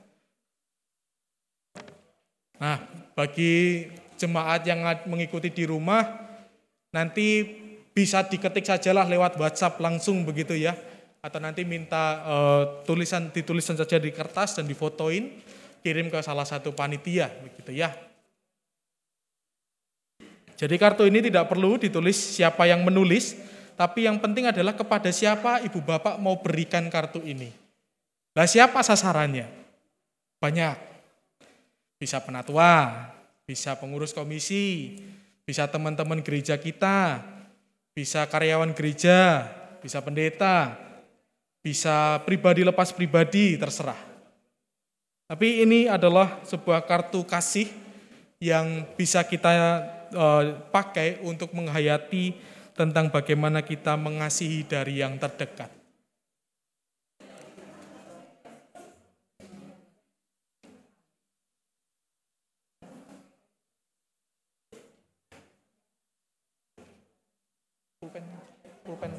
Nah, bagi jemaat yang mengikuti di rumah, nanti bisa diketik sajalah lewat WhatsApp langsung begitu ya. Atau nanti minta uh, tulisan ditulisan saja di kertas dan difotoin, kirim ke salah satu panitia begitu ya. Jadi kartu ini tidak perlu ditulis siapa yang menulis, tapi yang penting adalah kepada siapa ibu bapak mau berikan kartu ini. Lah siapa sasarannya? Banyak. Bisa penatua, bisa pengurus komisi, bisa teman-teman gereja kita, bisa karyawan gereja, bisa pendeta, bisa pribadi lepas pribadi, terserah. Tapi ini adalah sebuah kartu kasih yang bisa kita pakai untuk menghayati tentang bagaimana kita mengasihi dari yang terdekat. Pulpen, pulpen.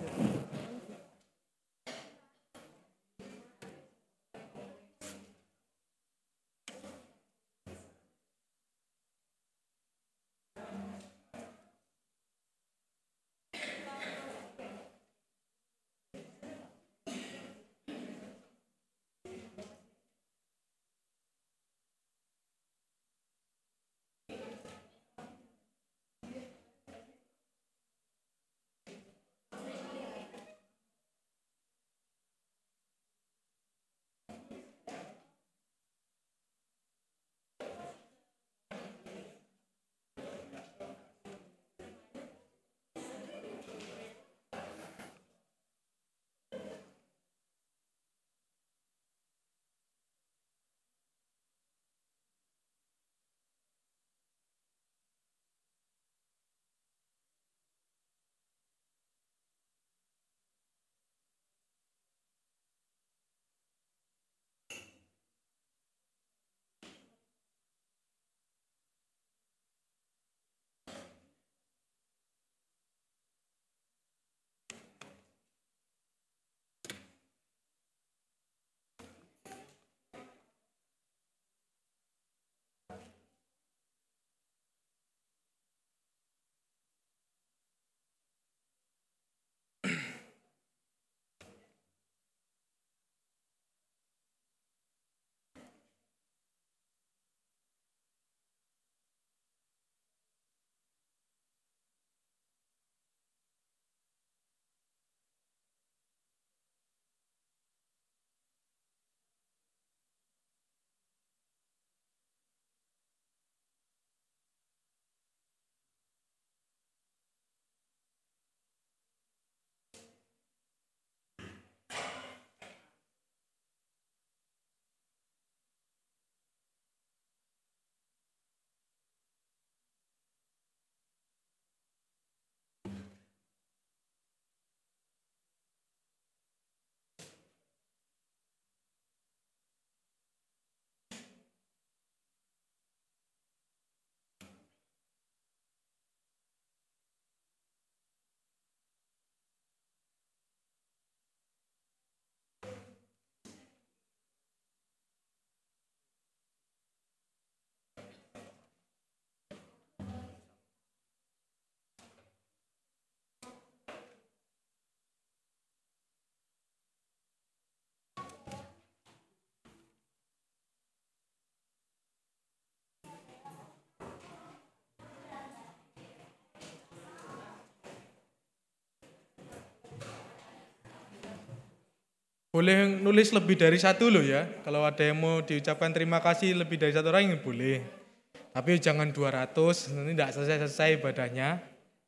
Boleh nulis lebih dari satu loh ya. Kalau ada yang mau diucapkan terima kasih lebih dari satu orang, ya boleh. Tapi jangan dua ratus, nanti tidak selesai-selesai ibadahnya.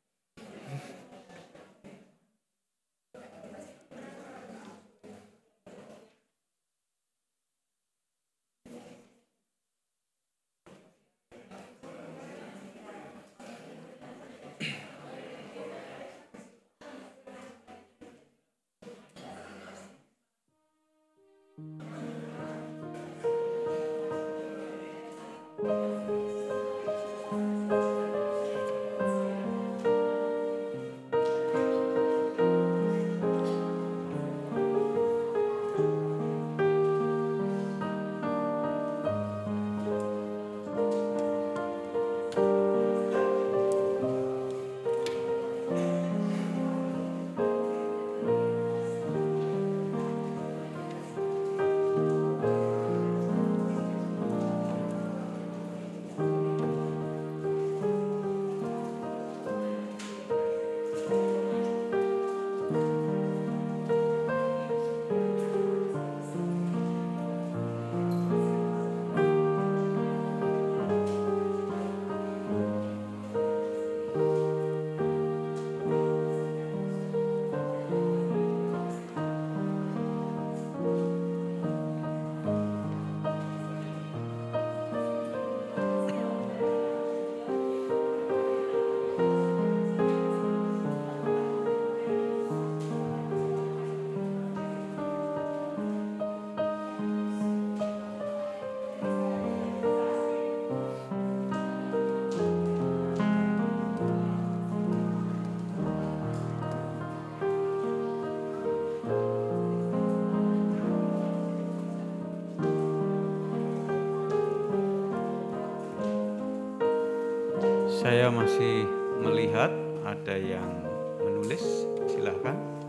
Saya masih melihat ada yang menulis, silakan.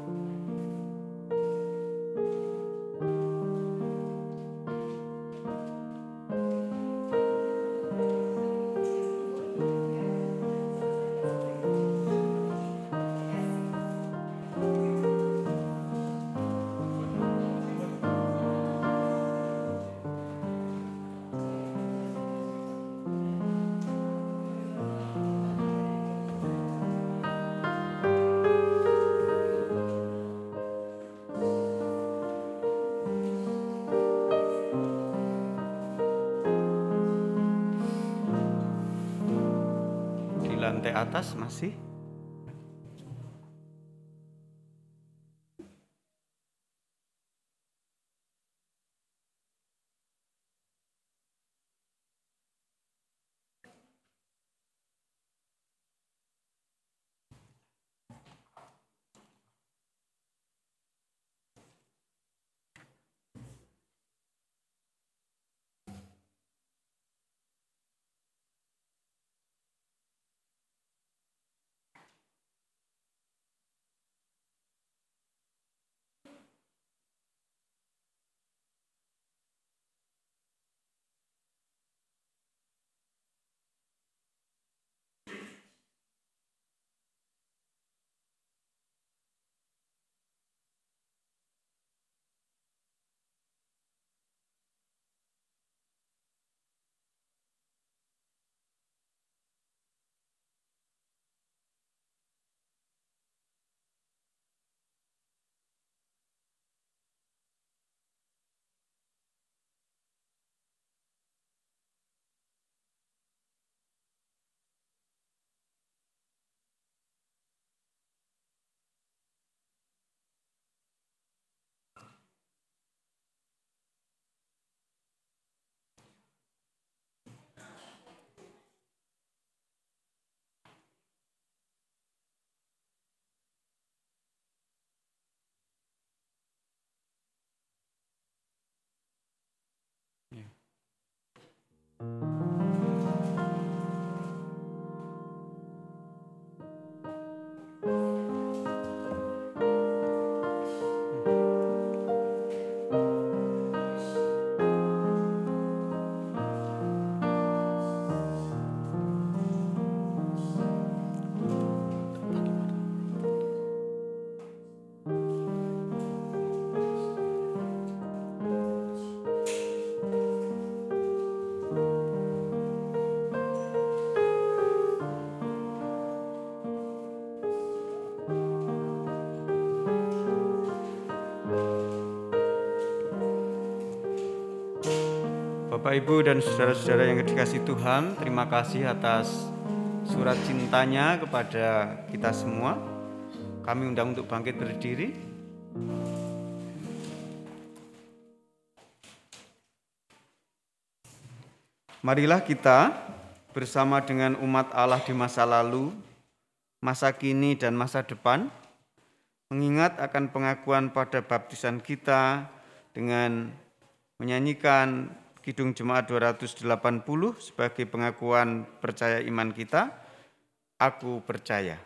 Lantai atas masih. Bapak, Ibu, dan saudara-saudara yang dikasihi Tuhan, terima kasih atas surat cintanya kepada kita semua. Kami undang untuk bangkit berdiri. Marilah kita bersama dengan umat Allah di masa lalu, masa kini, dan masa depan, mengingat akan pengakuan pada baptisan kita dengan menyanyikan Kidung Jemaat dua ratus delapan puluh sebagai pengakuan percaya iman kita, Aku Percaya.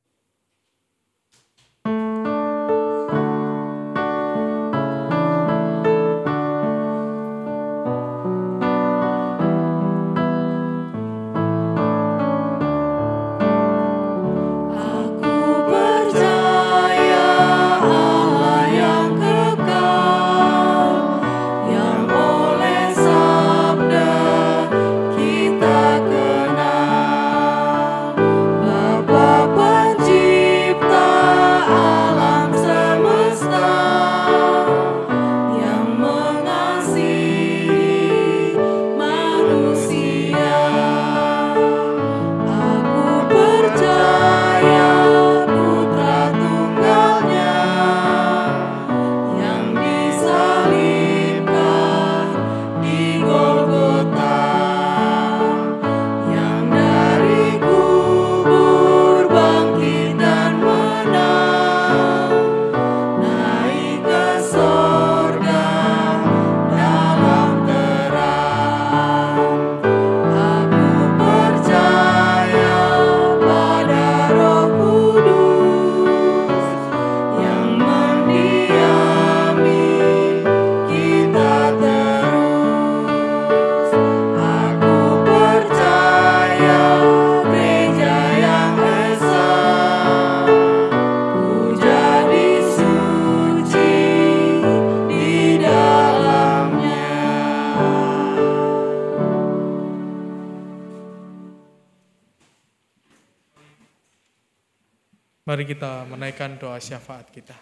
Mari kita menaikkan doa syafaat kita.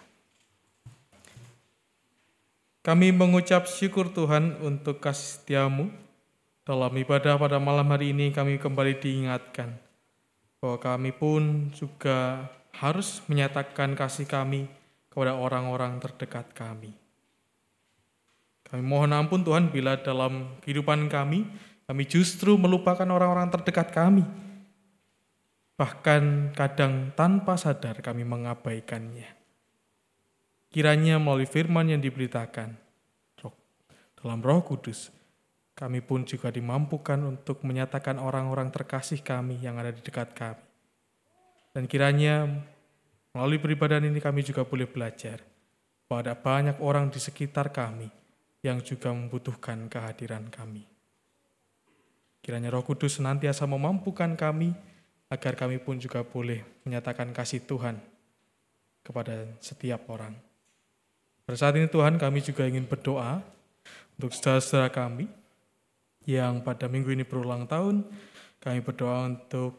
Kami mengucap syukur Tuhan untuk kasih setiamu. Dalam ibadah pada malam hari ini kami kembali diingatkan bahwa kami pun juga harus menyatakan kasih kami kepada orang-orang terdekat kami. Kami mohon ampun Tuhan bila dalam kehidupan kami, kami justru melupakan orang-orang terdekat kami. Bahkan kadang tanpa sadar kami mengabaikannya. Kiranya melalui firman yang diberitakan dalam Roh Kudus, kami pun juga dimampukan untuk menyatakan orang-orang terkasih kami yang ada di dekat kami. Dan kiranya melalui peribadahan ini kami juga boleh belajar bahwa ada banyak orang di sekitar kami yang juga membutuhkan kehadiran kami. Kiranya Roh Kudus senantiasa memampukan kami agar kami pun juga boleh menyatakan kasih Tuhan kepada setiap orang. Pada saat ini Tuhan, kami juga ingin berdoa untuk saudara-saudara kami yang pada minggu ini berulang tahun. Kami berdoa untuk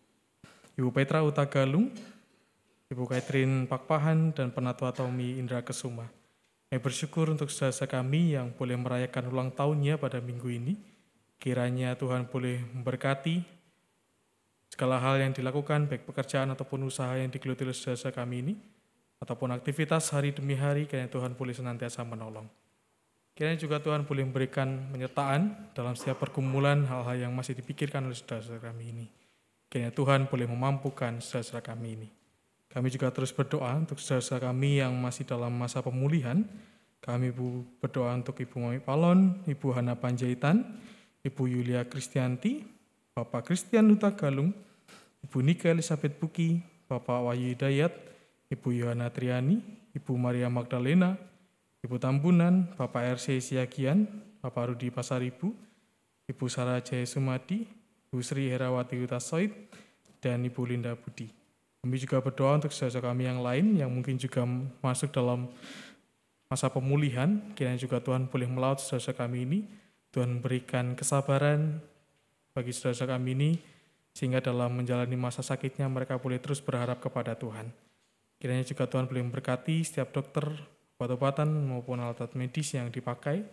Ibu Petra Utagalung, Ibu Catherine Pakpahan, dan Penatua Tommy Indra Kesuma. Kami bersyukur untuk saudara-saudara kami yang boleh merayakan ulang tahunnya pada minggu ini. Kiranya Tuhan boleh memberkati segala hal yang dilakukan, baik pekerjaan ataupun usaha yang digeluti oleh saudara kami ini, ataupun aktivitas hari demi hari, kiranya Tuhan boleh senantiasa menolong. Kiranya juga Tuhan boleh memberikan penyertaan dalam setiap pergumulan hal-hal yang masih dipikirkan oleh saudara kami ini. Kiranya Tuhan boleh memampukan saudara kami ini. Kami juga terus berdoa untuk saudara kami yang masih dalam masa pemulihan. Kami berdoa untuk Ibu Mami Palon, Ibu Hana Panjaitan, Ibu Yulia Kristianti, Bapak Christian Utagalung, Ibu Nika Elizabeth Buki, Bapak Wahyu Hidayat, Ibu Yohana Triani, Ibu Maria Magdalena, Ibu Tambunan, Bapak R C Siagian, Bapak Rudi Pasaribu, Ibu Sarah Jaya Sumadi, Ibu Sri Herawati Utasoid, dan Ibu Linda Budi. Kami juga berdoa untuk saudara kami yang lain yang mungkin juga masuk dalam masa pemulihan. Kiranya juga Tuhan boleh melaut saudara kami ini. Tuhan berikan kesabaran bagi saudara kami ini, sehingga dalam menjalani masa sakitnya mereka boleh terus berharap kepada Tuhan. Kiranya juga Tuhan boleh memberkati setiap dokter, obat-obatan maupun alat medis yang dipakai,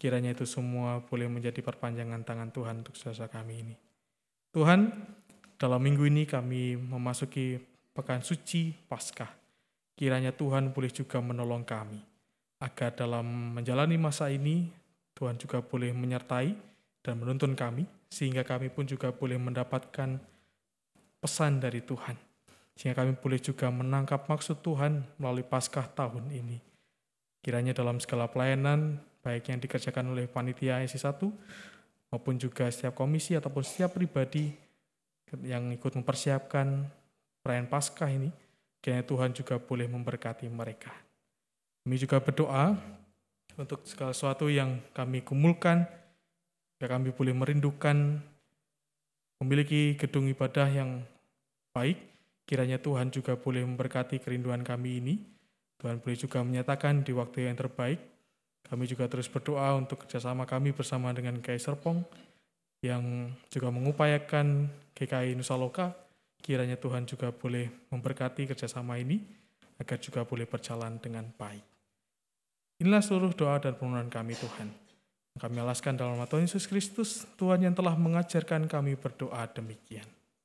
kiranya itu semua boleh menjadi perpanjangan tangan Tuhan untuk saudara kami ini. Tuhan, dalam minggu ini kami memasuki pekan suci Paskah. Kiranya Tuhan boleh juga menolong kami, agar dalam menjalani masa ini, Tuhan juga boleh menyertai dan menuntun kami, sehingga kami pun juga boleh mendapatkan pesan dari Tuhan. Sehingga kami boleh juga menangkap maksud Tuhan melalui Paskah tahun ini. Kiranya dalam segala pelayanan, baik yang dikerjakan oleh panitia S I satu, maupun juga setiap komisi ataupun setiap pribadi yang ikut mempersiapkan perayaan Paskah ini, kiranya Tuhan juga boleh memberkati mereka. Kami juga berdoa untuk segala sesuatu yang kami kumpulkan, agar kami boleh merindukan memiliki gedung ibadah yang baik. Kiranya Tuhan juga boleh memberkati kerinduan kami ini. Tuhan boleh juga menyatakan di waktu yang terbaik. Kami juga terus berdoa untuk kerjasama kami bersama dengan K I Serpong yang juga mengupayakan G K I Nusa Loka. Kiranya Tuhan juga boleh memberkati kerjasama ini agar juga boleh berjalan dengan baik. Inilah seluruh doa dan permohonan kami Tuhan. Kami alaskan dalam nama Tuhan Yesus Kristus, Tuhan yang telah mengajarkan kami berdoa demikian.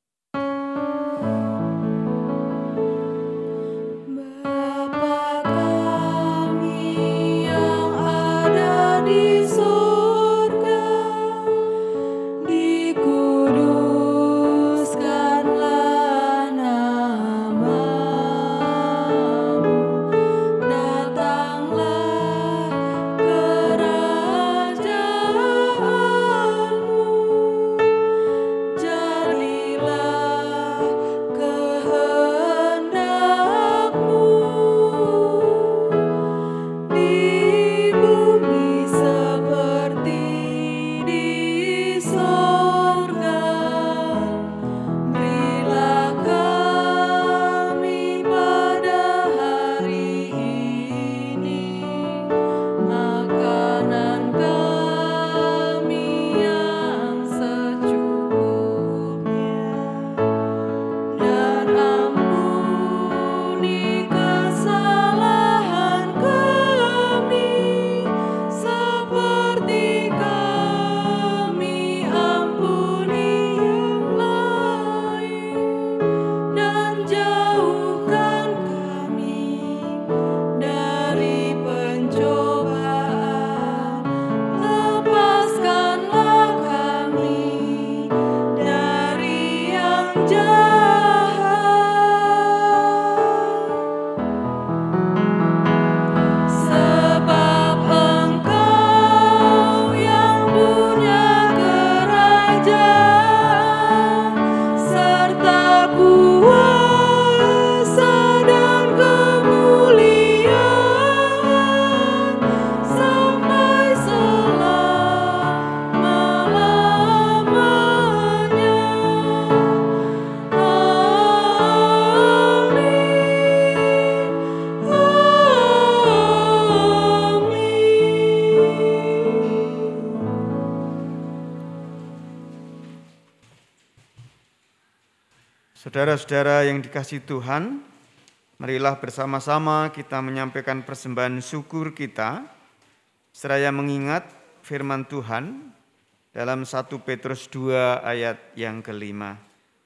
Saudara-saudara yang dikasihi Tuhan, marilah bersama-sama kita menyampaikan persembahan syukur kita, seraya mengingat firman Tuhan dalam satu Petrus dua ayat yang kelima.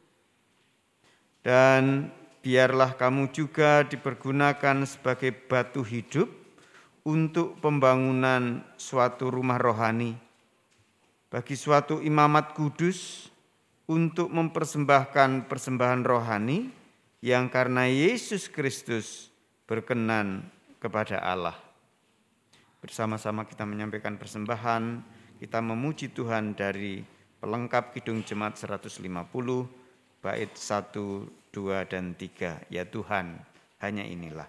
Dan biarlah kamu juga dipergunakan sebagai batu hidup untuk pembangunan suatu rumah rohani, bagi suatu imamat kudus, untuk mempersembahkan persembahan rohani yang karena Yesus Kristus berkenan kepada Allah. Bersama-sama kita menyampaikan persembahan, kita memuji Tuhan dari pelengkap Kidung Jemaat seratus lima puluh, bait satu, dua, dan tiga. Ya Tuhan, hanya inilah.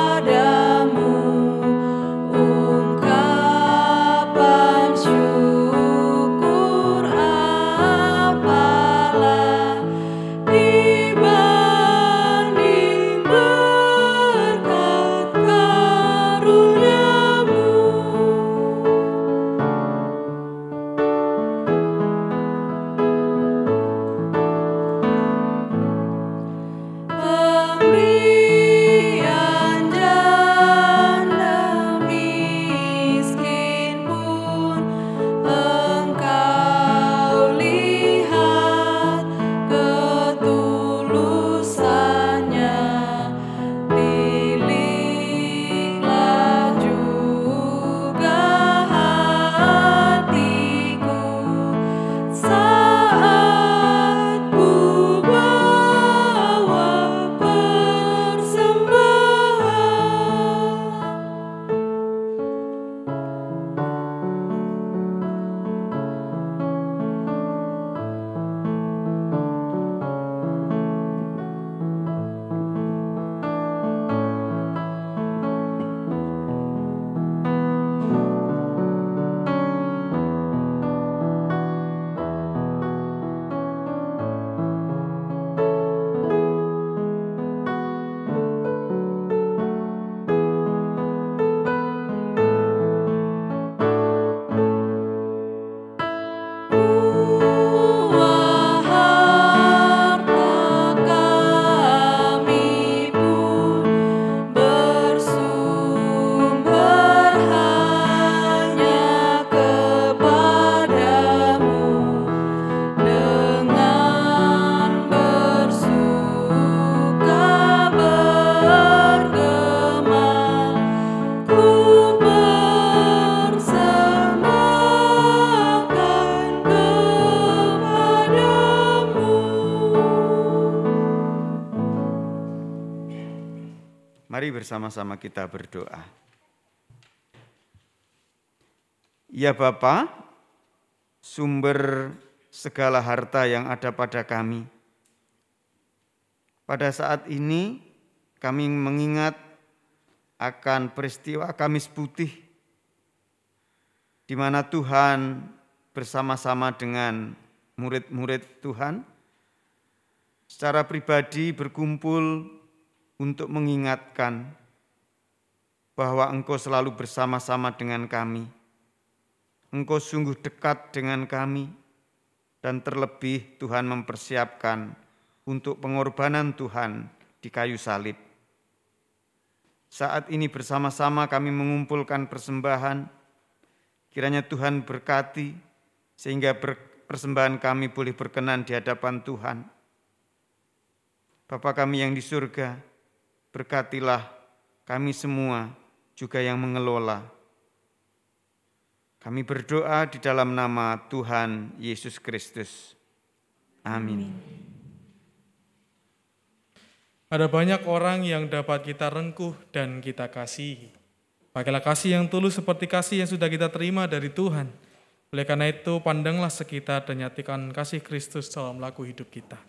Ungkapan syukur. bersama-sama kita berdoa. Ya Bapa, sumber segala harta yang ada pada kami. Pada saat ini kami mengingat akan peristiwa Kamis Putih, di mana Tuhan bersama-sama dengan murid-murid Tuhan secara pribadi berkumpul untuk mengingatkan bahwa Engkau selalu bersama-sama dengan kami. Engkau sungguh dekat dengan kami, dan terlebih Tuhan mempersiapkan untuk pengorbanan Tuhan di kayu salib. Saat ini bersama-sama kami mengumpulkan persembahan, kiranya Tuhan berkati sehingga persembahan kami boleh berkenan di hadapan Tuhan. Bapa kami yang di surga, berkatilah kami semua juga yang mengelola. Kami berdoa di dalam nama Tuhan Yesus Kristus. Amin. Ada banyak orang yang dapat kita rengkuh dan kita kasihi. Pakailah kasih yang tulus seperti kasih yang sudah kita terima dari Tuhan. Oleh karena itu, pandanglah sekitar dan nyatakan kasih Kristus dalam laku hidup kita.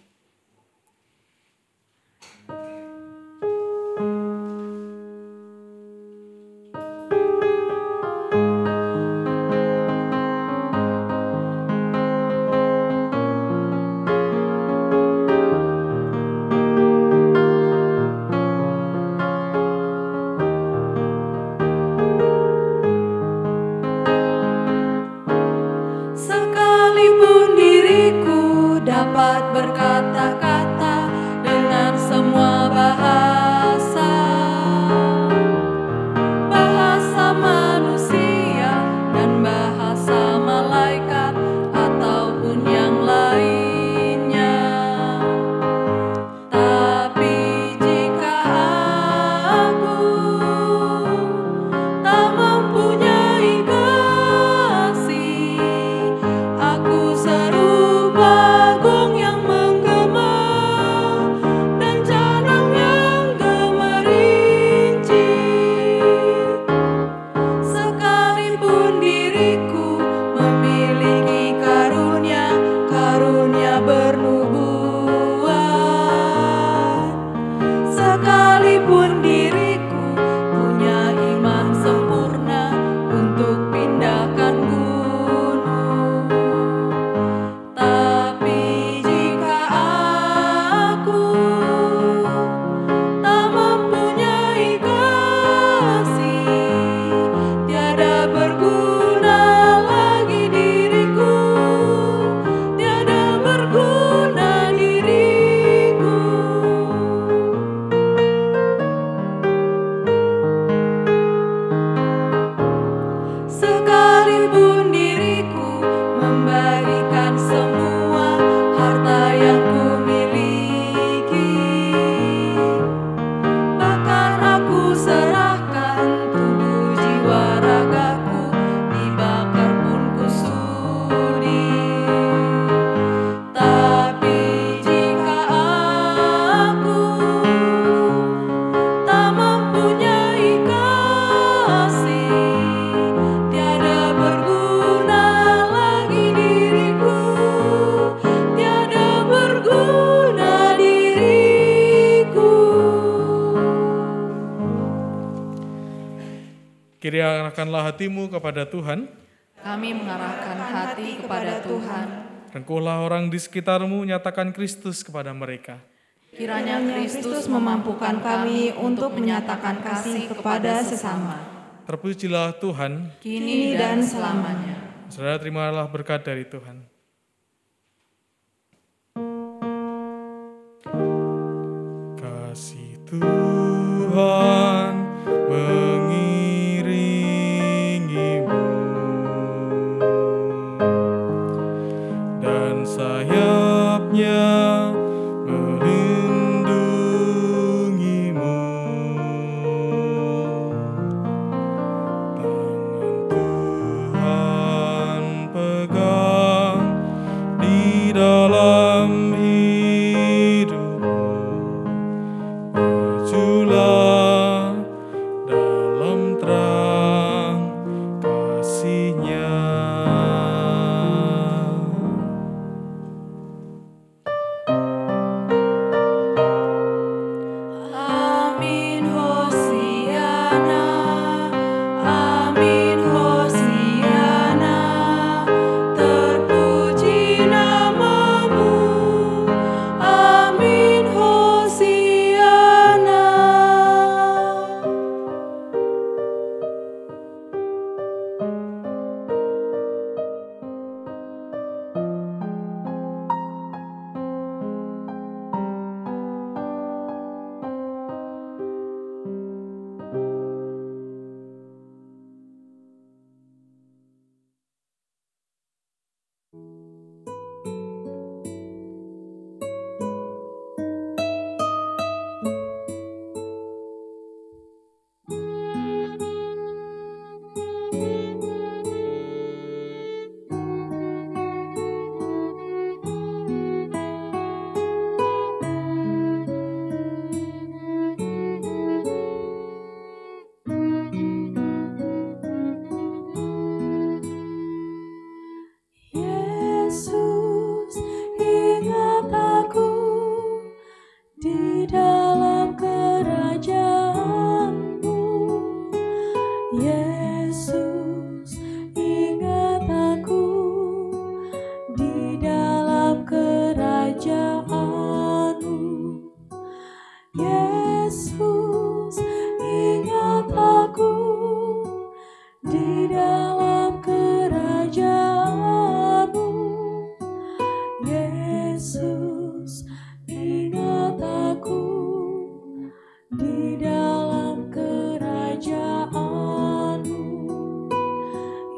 Arahkanlah hatimu kepada Tuhan. Kami mengarahkan hati kepada Tuhan. Rengkuhlah orang di sekitarmu, nyatakan Kristus kepada mereka. Kiranya Kristus memampukan kami untuk menyatakan kasih kepada sesama. Terpujilah Tuhan, kini dan selamanya. Saudara, terimalah berkat dari Tuhan. Kasih Tuhan mengiringimu dan sayapnya melindungimu. Tangan Tuhan pegang di dalam hidupmu. Majulah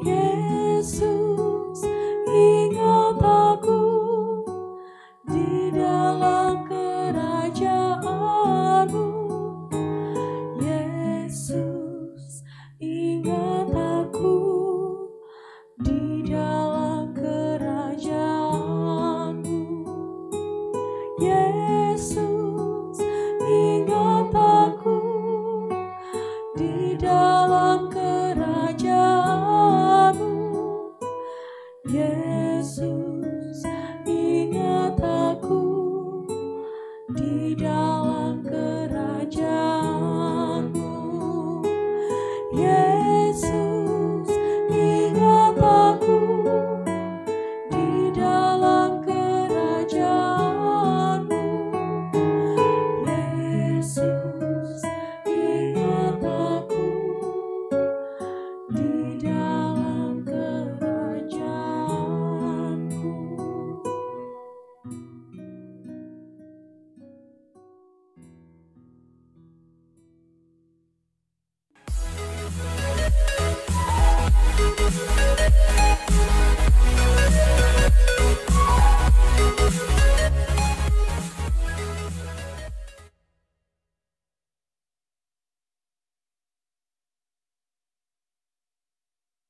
Yesus.